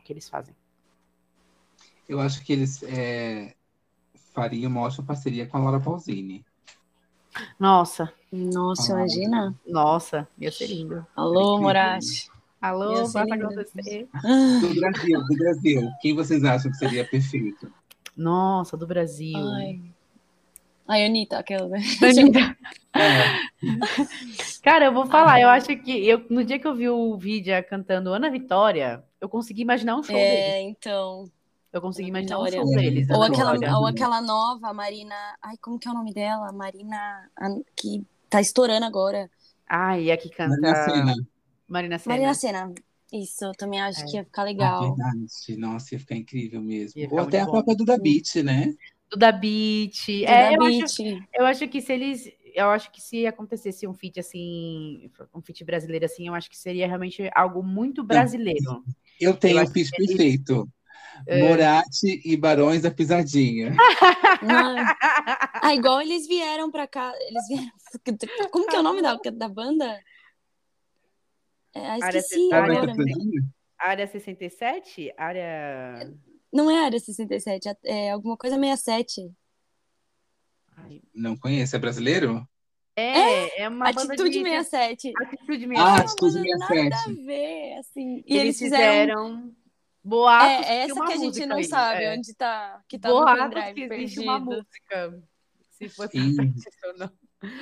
Eu acho que eles fariam uma ótima parceria com a Laura Pausini. Nossa, imagina. Nossa, ia ser lindo. Alô, Moraes. Alô, basta acontecer. Do Brasil, quem vocês acham que seria perfeito? Nossa, do Brasil. Ai. A Anitta, aquela, né? Anitta. É, Cara, eu vou falar, eu acho que no dia que eu vi o vídeo cantando Ana Vitória, eu consegui imaginar um show deles. Então, Eu consegui Ana imaginar um Vitória. show deles, Ana Ou Ana aquela, Vitória. ou aquela nova, a Marina. Ai, como que é o nome dela? Que tá estourando agora. Ai, e a que Marina canta Sena. Marina Marina Sena. Sena. Isso, eu também acho que É, ia ficar Ah, legal. verdade. Nossa, ia ficar incrível mesmo. ia Ou ficar até muito a bom. própria Duda Beat, né? Duda Beat. Duda Beat. Eu acho que se eles. Eu acho que se acontecesse um feat assim, um feat brasileiro assim, eu acho que seria realmente algo muito Não, brasileiro. eu Eu tenho o acho pitch que eles. perfeito. Moratti e Barões da Pisadinha. Igual eles vieram pra cá. Eles vieram. Como que é o nome da banda? Área, Esqueci Barões da agora. Pisadinha? área 67? Área. Não é Área 67, é alguma coisa 67. Ai, Não conheço, é brasileiro? é uma banda Atitude de 67. Atitude Ah, É uma 67. Atitude banda nada a 67. ver, assim. E Eles eles fizeram. fizeram boatos É que tinha essa uma que a gente música não aí. sabe É. onde tá, que tá no Boatos pendrive que existe uma perdido. música. Se fosse E ou não.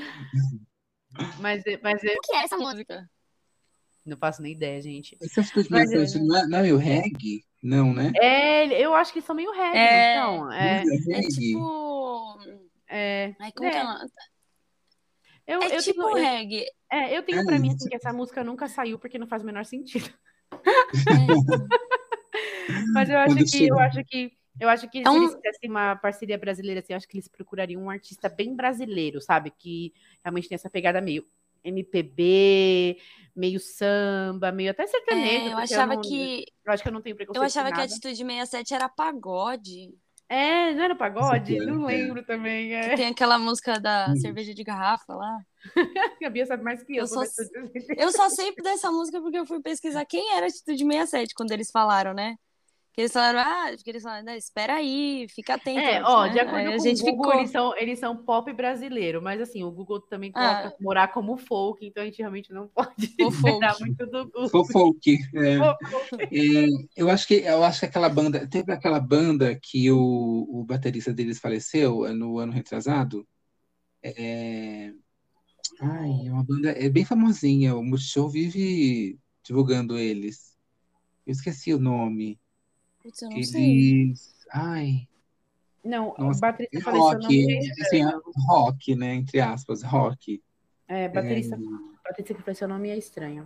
Mas O que é essa música? não faço nem ideia, gente. esse Atitude Mas 67 não é meio reggae? Não, né? eu acho que são meio reggae, não É, são? Não é é reggae? tipo. É, Ai, como que é? é, eu, É eu tenho, tipo reggae. eu É, tenho pra mim assim, que essa música nunca saiu porque não faz o menor sentido. É, Mas quando chega. eu acho que é se eles um. fizessem uma parceria brasileira, assim, eu acho que eles procurariam um artista bem brasileiro, sabe? Que realmente tem essa pegada meio MPB, meio samba, meio até sertanejo, Eu porque achava que. eu acho que eu não tenho Eu preconceito com achava que a nada. Atitude 67 era pagode. Não era pagode? Não É. lembro também. Que tem aquela música da Hum. cerveja de garrafa lá. A Bia sabe mais que eu Eu só, sobre tudo. eu só sei dessa música porque eu fui pesquisar quem era Atitude 67 quando eles falaram, né? Que eles falaram, "Não, espera aí, fica atento antes, De né?" Aí acordo a com o gente Google, ficou. eles são pop brasileiro, mas assim, o Google também Ah, coloca morar como folk, então a gente realmente não pode o folk. esperar muito do For Google. folk. É. Folk. É, eu acho que aquela banda, teve aquela banda que o baterista deles faleceu no ano retrasado. É, ai, é uma banda bem famosinha. O Multishow vive divulgando eles. Eu esqueci o nome. Putz, eu não sei. Eles, ai, Não, nossa, é baterista faleceu não me é rock, assim, estranho. rock, né? Entre aspas, rock. É, Baterista que faleceu não me é estranho.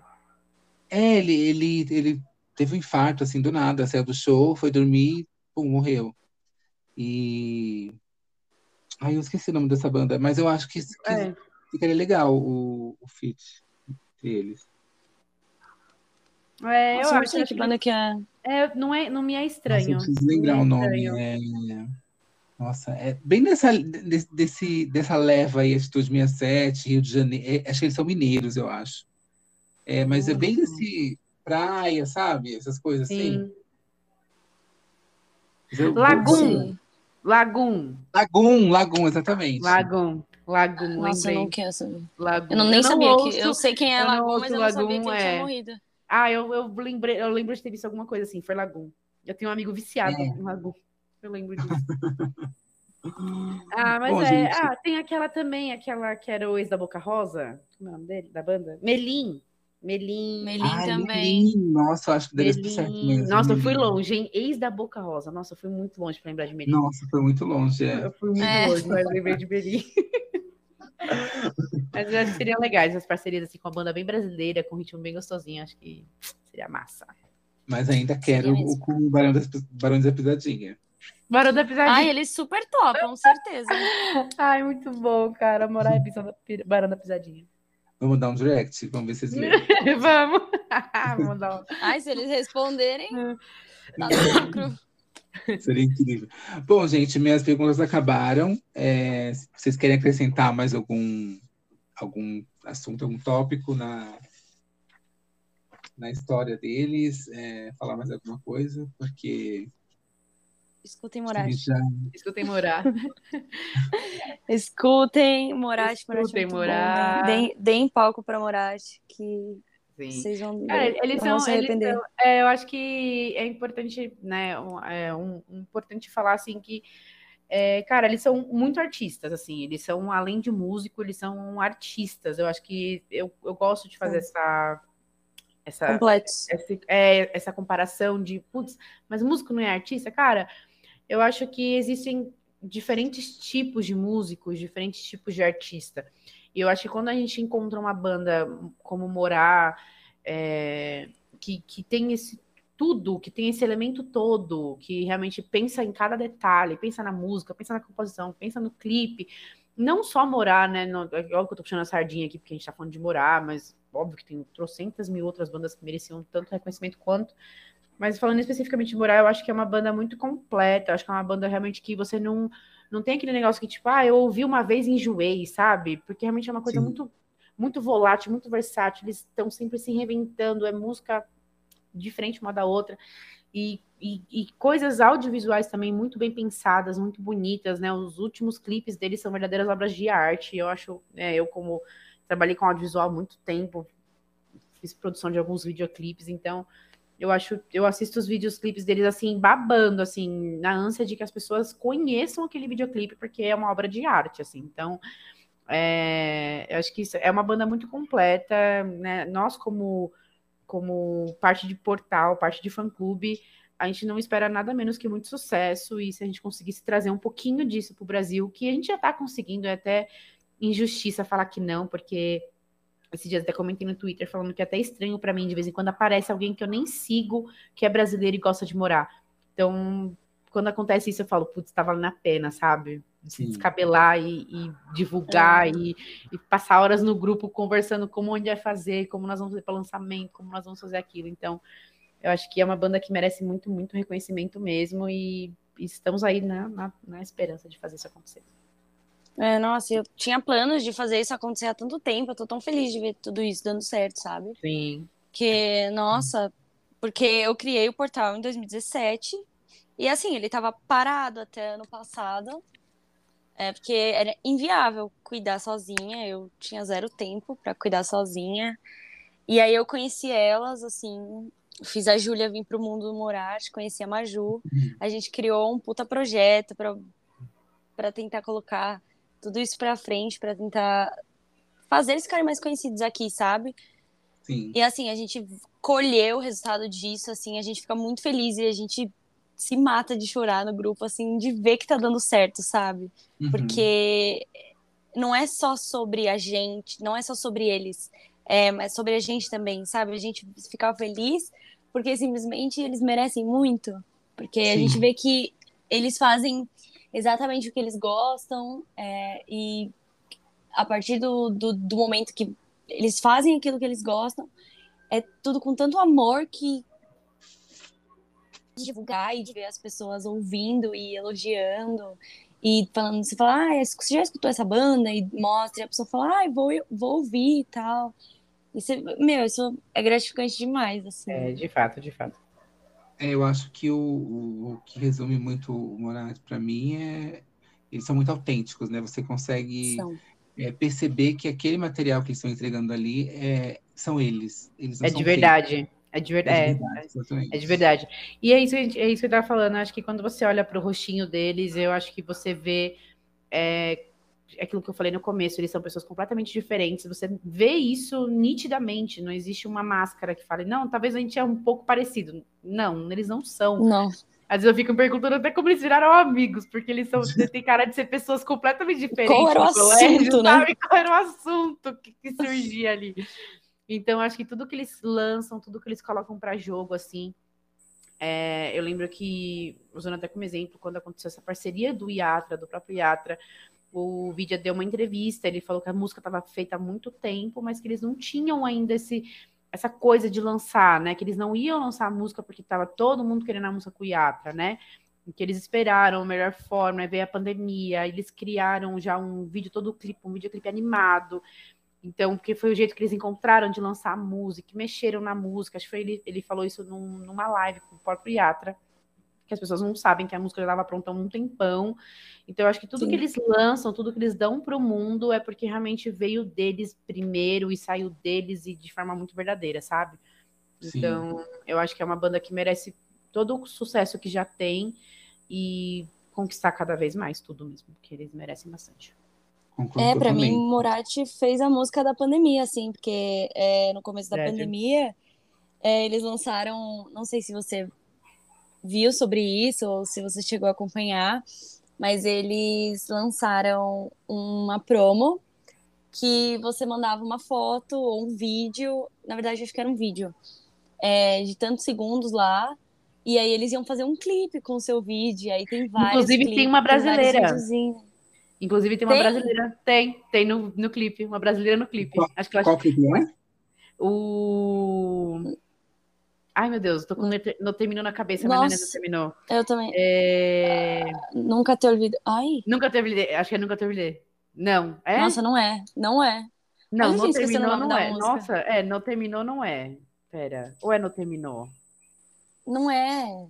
ele teve um infarto assim do nada, saiu do show, foi dormir, pum, morreu. E ai, eu esqueci o nome dessa banda, mas eu acho que É, ficaria legal o feat entre eles. eu Nossa, eu não sei acho que que banda que é. não me é Nossa, eu estranho. preciso Não me lembrar é o nome. estranho. Nossa, é bem dessa leva aí, Atitude 67, Rio de Janeiro. Acho que eles são mineiros, eu acho. Mas é bem Hum. desse praia, sabe? Essas coisas assim. Sim. Mas eu Não Lagum. sei. Lagum. Lagum, exatamente. Lagum, Nossa, eu não lembrei. quero saber. Eu não, Lagum. nem sabia que. Eu sei quem é Eu não Lagoon, mas ouço eu não sabia que Lagum, ele tinha morrido. eu lembro de ter visto alguma coisa assim, foi Lagum. Eu tenho um amigo viciado É. em Lagum. Eu lembro disso. Ah, mas Bom, gente. tem aquela também, aquela que era o ex da Boca Rosa. Como é o nome dele, da banda? Melim. Melim. Melim Ai, também. Melim. Nossa, eu acho que daria certo Melim. mesmo, Nossa, eu fui Melim. longe, hein? Ex da Boca Rosa. Nossa, eu fui muito longe pra lembrar de Melim. Nossa, foi muito longe, é. Eu fui muito É. longe, mas lembrei de Melim. Mas eu acho que seriam legais as parcerias assim com uma banda bem brasileira, com um ritmo bem gostosinho. Acho que seria massa. Mas ainda Seria quero mesmo. o com o Barões da Pisadinha. Barão da Ai, Pisadinha. eles super topam, certeza. Ai, muito bom, cara. Morar Barão da Pisadinha. Vamos dar um direct? Vamos ver se eles leem. Vamos. Vamos dar um... Ai, se eles responderem, tá no lucro. Seria incrível. Bom, gente, minhas perguntas acabaram. Se vocês querem acrescentar mais algum assunto, algum tópico na história deles, falar mais alguma coisa, porque Escutem acho que a gente Moraes. já. Escutem Morar. Escutem Moraes, Moraes é Escutem muito Morar. bom. Deem palco pra Moraes, que Sim. vocês vão, Cara, eles não vão são, se arrepender. eu acho que é importante, né? Importante falar assim que Cara, eles são muito artistas, assim, eles são, além de músico, eles são artistas. Eu acho que eu gosto de fazer essa, Completos. essa comparação de, putz, mas músico não é artista? Cara, eu acho que existem diferentes tipos de músicos, diferentes tipos de artista. E eu acho que quando a gente encontra uma banda como Morá, que tem esse tudo, que tem esse elemento todo, que realmente pensa em cada detalhe, pensa na música, pensa na composição, pensa no clipe, não só Morá, né? É óbvio que eu tô puxando a sardinha aqui, porque a gente tá falando de Morá, mas óbvio que tem trocentas mil outras bandas que mereciam tanto reconhecimento quanto. Mas falando especificamente de Morá, eu acho que é uma banda muito completa, eu acho que é uma banda realmente que você não tem aquele negócio que, tipo, eu ouvi uma vez e enjoei, sabe? Porque realmente é uma coisa Sim. muito, muito volátil, muito versátil, eles estão sempre se reinventando, é música diferente uma da outra, e coisas audiovisuais também muito bem pensadas, muito bonitas, né? Os últimos clipes deles são verdadeiras obras de arte, eu acho, eu como trabalhei com audiovisual há muito tempo, fiz produção de alguns videoclipes, então eu assisto os videoclipes deles assim, babando, assim, na ânsia de que as pessoas conheçam aquele videoclipe, porque é uma obra de arte, assim. Então, eu acho que isso é uma banda muito completa, né? Nós, como parte de portal, parte de fã-clube, a gente não espera nada menos que muito sucesso, e se a gente conseguisse trazer um pouquinho disso para o Brasil, que a gente já está conseguindo, é até injustiça falar que não, porque esses dias até comentei no Twitter falando que é até estranho para mim, de vez em quando aparece alguém que eu nem sigo, que é brasileiro e gosta de Morá. Então, quando acontece isso, eu falo, putz, tá valendo a pena, sabe? Se descabelar e divulgar e passar horas no grupo conversando como onde vai fazer, como nós vamos fazer para lançamento, como nós vamos fazer aquilo. Então, eu acho que é uma banda que merece muito, muito reconhecimento mesmo, e estamos aí na esperança de fazer isso acontecer. Nossa, eu tinha planos de fazer isso acontecer há tanto tempo. Eu tô tão feliz de ver tudo isso dando certo, sabe? Sim. Nossa, porque eu criei o portal em 2017 e assim, ele tava parado até ano passado, porque era inviável cuidar sozinha, eu tinha zero tempo pra cuidar sozinha. E aí eu conheci elas, assim, fiz a Júlia vir pro mundo do Moraes, conheci a Maju, a gente criou um puta projeto pra tentar colocar tudo isso pra frente, pra tentar fazer eles ficarem mais conhecidos aqui, sabe? Sim. E assim, a gente colheu o resultado disso, assim, a gente fica muito feliz e a gente se mata de chorar no grupo, assim, de ver que tá dando certo, sabe? Porque não é só sobre a gente, não é só sobre eles, mas sobre a gente também, sabe? A gente fica feliz porque simplesmente eles merecem muito, porque a gente vê que eles fazem exatamente o que eles gostam, e a partir do momento que eles fazem aquilo que eles gostam, é tudo com tanto amor que divulgar e de ver as pessoas ouvindo e elogiando e falando, você fala, você já escutou essa banda? E mostra, e a pessoa fala, vou ouvir e tal. E você, isso é gratificante demais, assim. De fato, de fato. Eu acho que o que resume muito o Moraes para mim eles são muito autênticos, né? Você consegue perceber que aquele material que eles estão entregando ali são eles. Eles não É são de fakes. verdade. É de verdade, exatamente. É de verdade. E é isso que eu tava falando. Acho que quando você olha para o rostinho deles, eu acho que você vê aquilo que eu falei no começo. Eles são pessoas completamente diferentes. Você vê isso nitidamente. Não existe uma máscara que fale, não, talvez a gente é um pouco parecido. Não, eles não são. Não. Às vezes eu fico me perguntando até como eles viraram amigos, porque eles têm cara de ser pessoas completamente diferentes. Qual era o assunto, né? Sabe? Qual era o assunto que surgia ali? Então, acho que tudo que eles lançam, tudo que eles colocam para jogo, assim, eu lembro que, usando até como exemplo, quando aconteceu essa parceria do próprio Iatra, o Vidia deu uma entrevista, ele falou que a música estava feita há muito tempo, mas que eles não tinham ainda essa coisa de lançar, né? Que eles não iam lançar a música porque estava todo mundo querendo a música com o Iatra, né? Que eles esperaram a melhor forma, aí veio a pandemia, eles criaram já um videoclipe animado. Então, porque foi o jeito que eles encontraram de lançar a música, mexeram na música. Acho que ele falou isso numa live com o próprio Iatra, que as pessoas não sabem que a música já estava pronta há um tempão. Então, eu acho que tudo que eles lançam, tudo que eles dão para o mundo é porque realmente veio deles primeiro e saiu deles e de forma muito verdadeira, sabe? Então, eu acho que é uma banda que merece todo o sucesso que já tem e conquistar cada vez mais tudo mesmo, porque eles merecem bastante. Concordo Pra mim, totalmente. Moratti fez a música da pandemia, assim, porque no começo da Verdade. pandemia, eles lançaram, não sei se você viu sobre isso ou se você chegou a acompanhar, mas eles lançaram uma promo que você mandava uma foto ou um vídeo, na verdade acho que era um vídeo, de tantos segundos lá, e aí eles iam fazer um clipe com o seu vídeo, e aí tem vários Inclusive, tem uma clipes, tem vários brasileira. videozinhos. Inclusive, tem uma Tem? brasileira. Tem no clipe. Uma brasileira no clipe. Acho que ela... Qual que é? O... Ai, meu Deus, tô com não terminou na cabeça, mas não Nossa, terminou. eu também. É... Nunca ter ouvido. Ai, Nunca teve. Acho que é Nunca teve. Não, é? nossa, não é. Não é. Eu Não, já não tinha esquecido o terminou, nome não da é. música. Nossa, não terminou, não é. Pera. Ou é não terminou? Não é.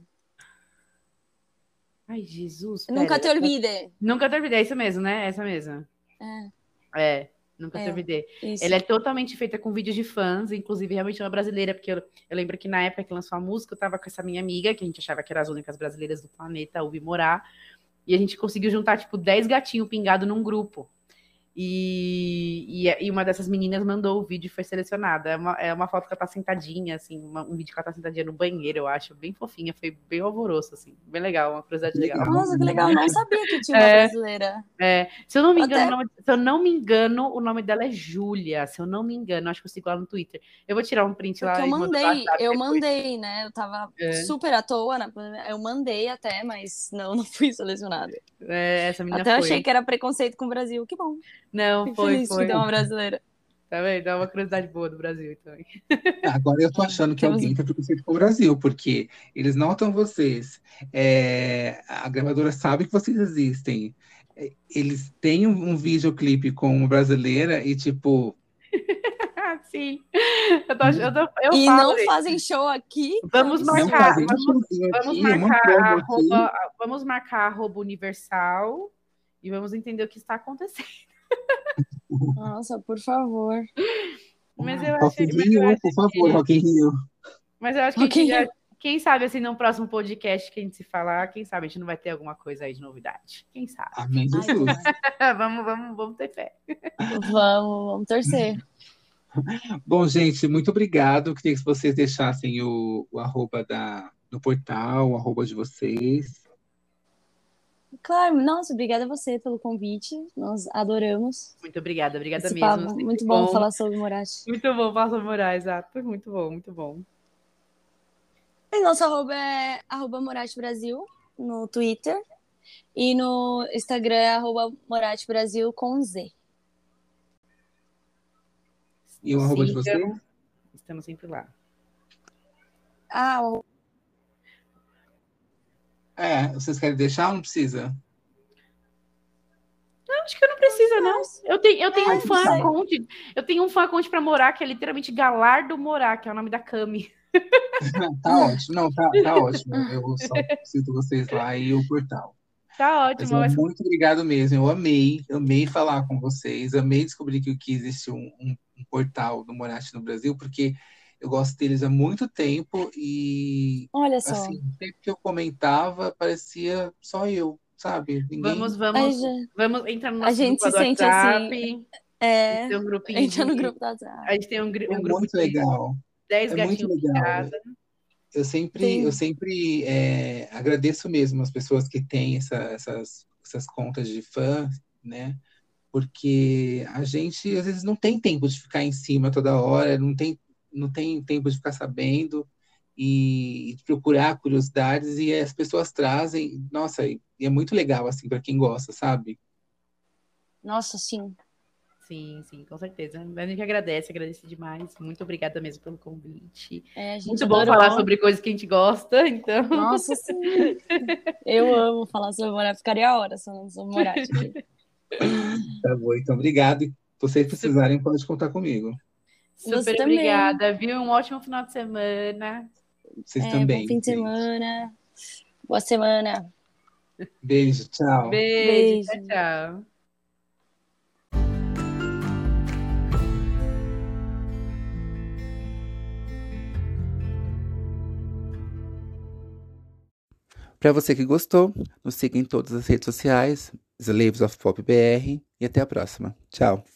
Ai, Jesus, Nunca pera. te olvide. Nunca teve. É isso mesmo, né? Essa mesmo. É, Nunca teve. isso. Ela é totalmente feita com vídeos de fãs, inclusive realmente é uma brasileira, porque eu lembro que na época que lançou a música, eu tava com essa minha amiga, que a gente achava que eram as únicas brasileiras do planeta a ouvir morar, e a gente conseguiu juntar, tipo, 10 gatinhos pingados num grupo. E uma dessas meninas mandou o vídeo e foi selecionada. É uma foto que ela tá sentadinha, assim, um vídeo que ela tá sentadinha no banheiro, eu acho, bem fofinha, foi bem alvoroço, assim, bem legal, uma curiosidade legal. Nossa, que legal. Eu não sabia que tinha uma brasileira. Se eu não me Até- engano, o nome dela é Júlia. Se eu não me engano, acho que eu sigo ela no Twitter. Eu vou tirar um print Porque lá eu e mandar no WhatsApp depois. mandei, né? Eu tava super à toa, né? Eu mandei até, mas não fui selecionada. Essa menina Até eu foi. achei que era preconceito com o Brasil. Que bom. Não, Fico foi. feliz que tem uma brasileira. Tá vendo? É uma curiosidade boa do Brasil também. Agora eu tô achando que Temos- alguém tá preconceito com o Brasil, porque eles notam vocês, a gravadora sabe que vocês existem, eles têm um videoclipe com uma brasileira e, tipo, Sim. Eu E falo, não gente. fazem show aqui? Que Vamos não absurdo. marcar, fazem um showzinho vamos aqui, uma promo aqui. vamos marcar @ Universal e vamos entender o que está acontecendo. Nossa, por favor. Mas eu Rock in achei, Rio, por favor, Rock in Rio. mas eu acho que a gente Ok. já, quem sabe assim no próximo podcast que a gente se falar, quem sabe a gente não vai ter alguma coisa aí de novidade. Quem sabe? Amém, Ai, Jesus. Vamos ter fé. vamos torcer. Bom, gente, muito obrigado. Queria que vocês deixassem o arroba do portal, o arroba de vocês. Claro, nossa, obrigada a você pelo convite. Nós adoramos Muito obrigada esse mesmo. papo. Sempre Muito bom falar sobre Moratti. Muito bom falar sobre Moraes, exato. Muito bom, muito bom. E nosso arroba é @Moratti Brasil no Twitter. E no Instagram é @Moratti Brasil com Z. E o arroba de Sigam, vocês? estamos sempre lá. Vocês querem deixar ou não precisa? Acho que não precisa, não. Eu tenho um não sei. fã-account. Eu tenho um fã-account pra Morar, que é literalmente Galardo Morar, que é o nome da Cami. Tá ótimo. Não, tá ótimo. Eu só cito vocês lá e o portal. Tá Mas ótimo. muito obrigado mesmo. Eu amei falar com vocês. Amei descobrir que existe um portal do Moratti no Brasil, porque eu gosto deles há muito tempo e, Olha só. assim, sempre que eu comentava, parecia só eu, sabe? Ninguém... Vamos entrar no A nosso gente grupo se do sente WhatsApp. assim. Tem um grupinho Entra no grupo da A gente tem um É grupo muito de legal. 10 É muito gatinhos legal. pingados. Eu sempre agradeço mesmo as pessoas que têm essas contas de fã, né? Porque a gente, às vezes, não tem tempo de ficar em cima toda hora, não tem tempo de ficar sabendo e de procurar curiosidades, e as pessoas trazem, nossa, e é muito legal, assim, para quem gosta, sabe? Nossa, sim. Sim, com certeza. A gente agradece demais. Muito obrigada mesmo pelo convite. A gente Muito bom adorou. falar sobre coisas que a gente gosta, então. Nossa, sim. Eu amo falar sobre Moratti. Ficaria horas falando sobre Moratti aqui. Tá bom, então obrigado. E se vocês precisarem, pode contar comigo. Super obrigada, viu? Um ótimo final de semana. Vocês também. Bom fim de semana. Boa semana. Beijo, tchau. Beijo. Tchau. Para você que gostou, nos siga em todas as redes sociais, Slaves of Pop BR, e até a próxima. Tchau!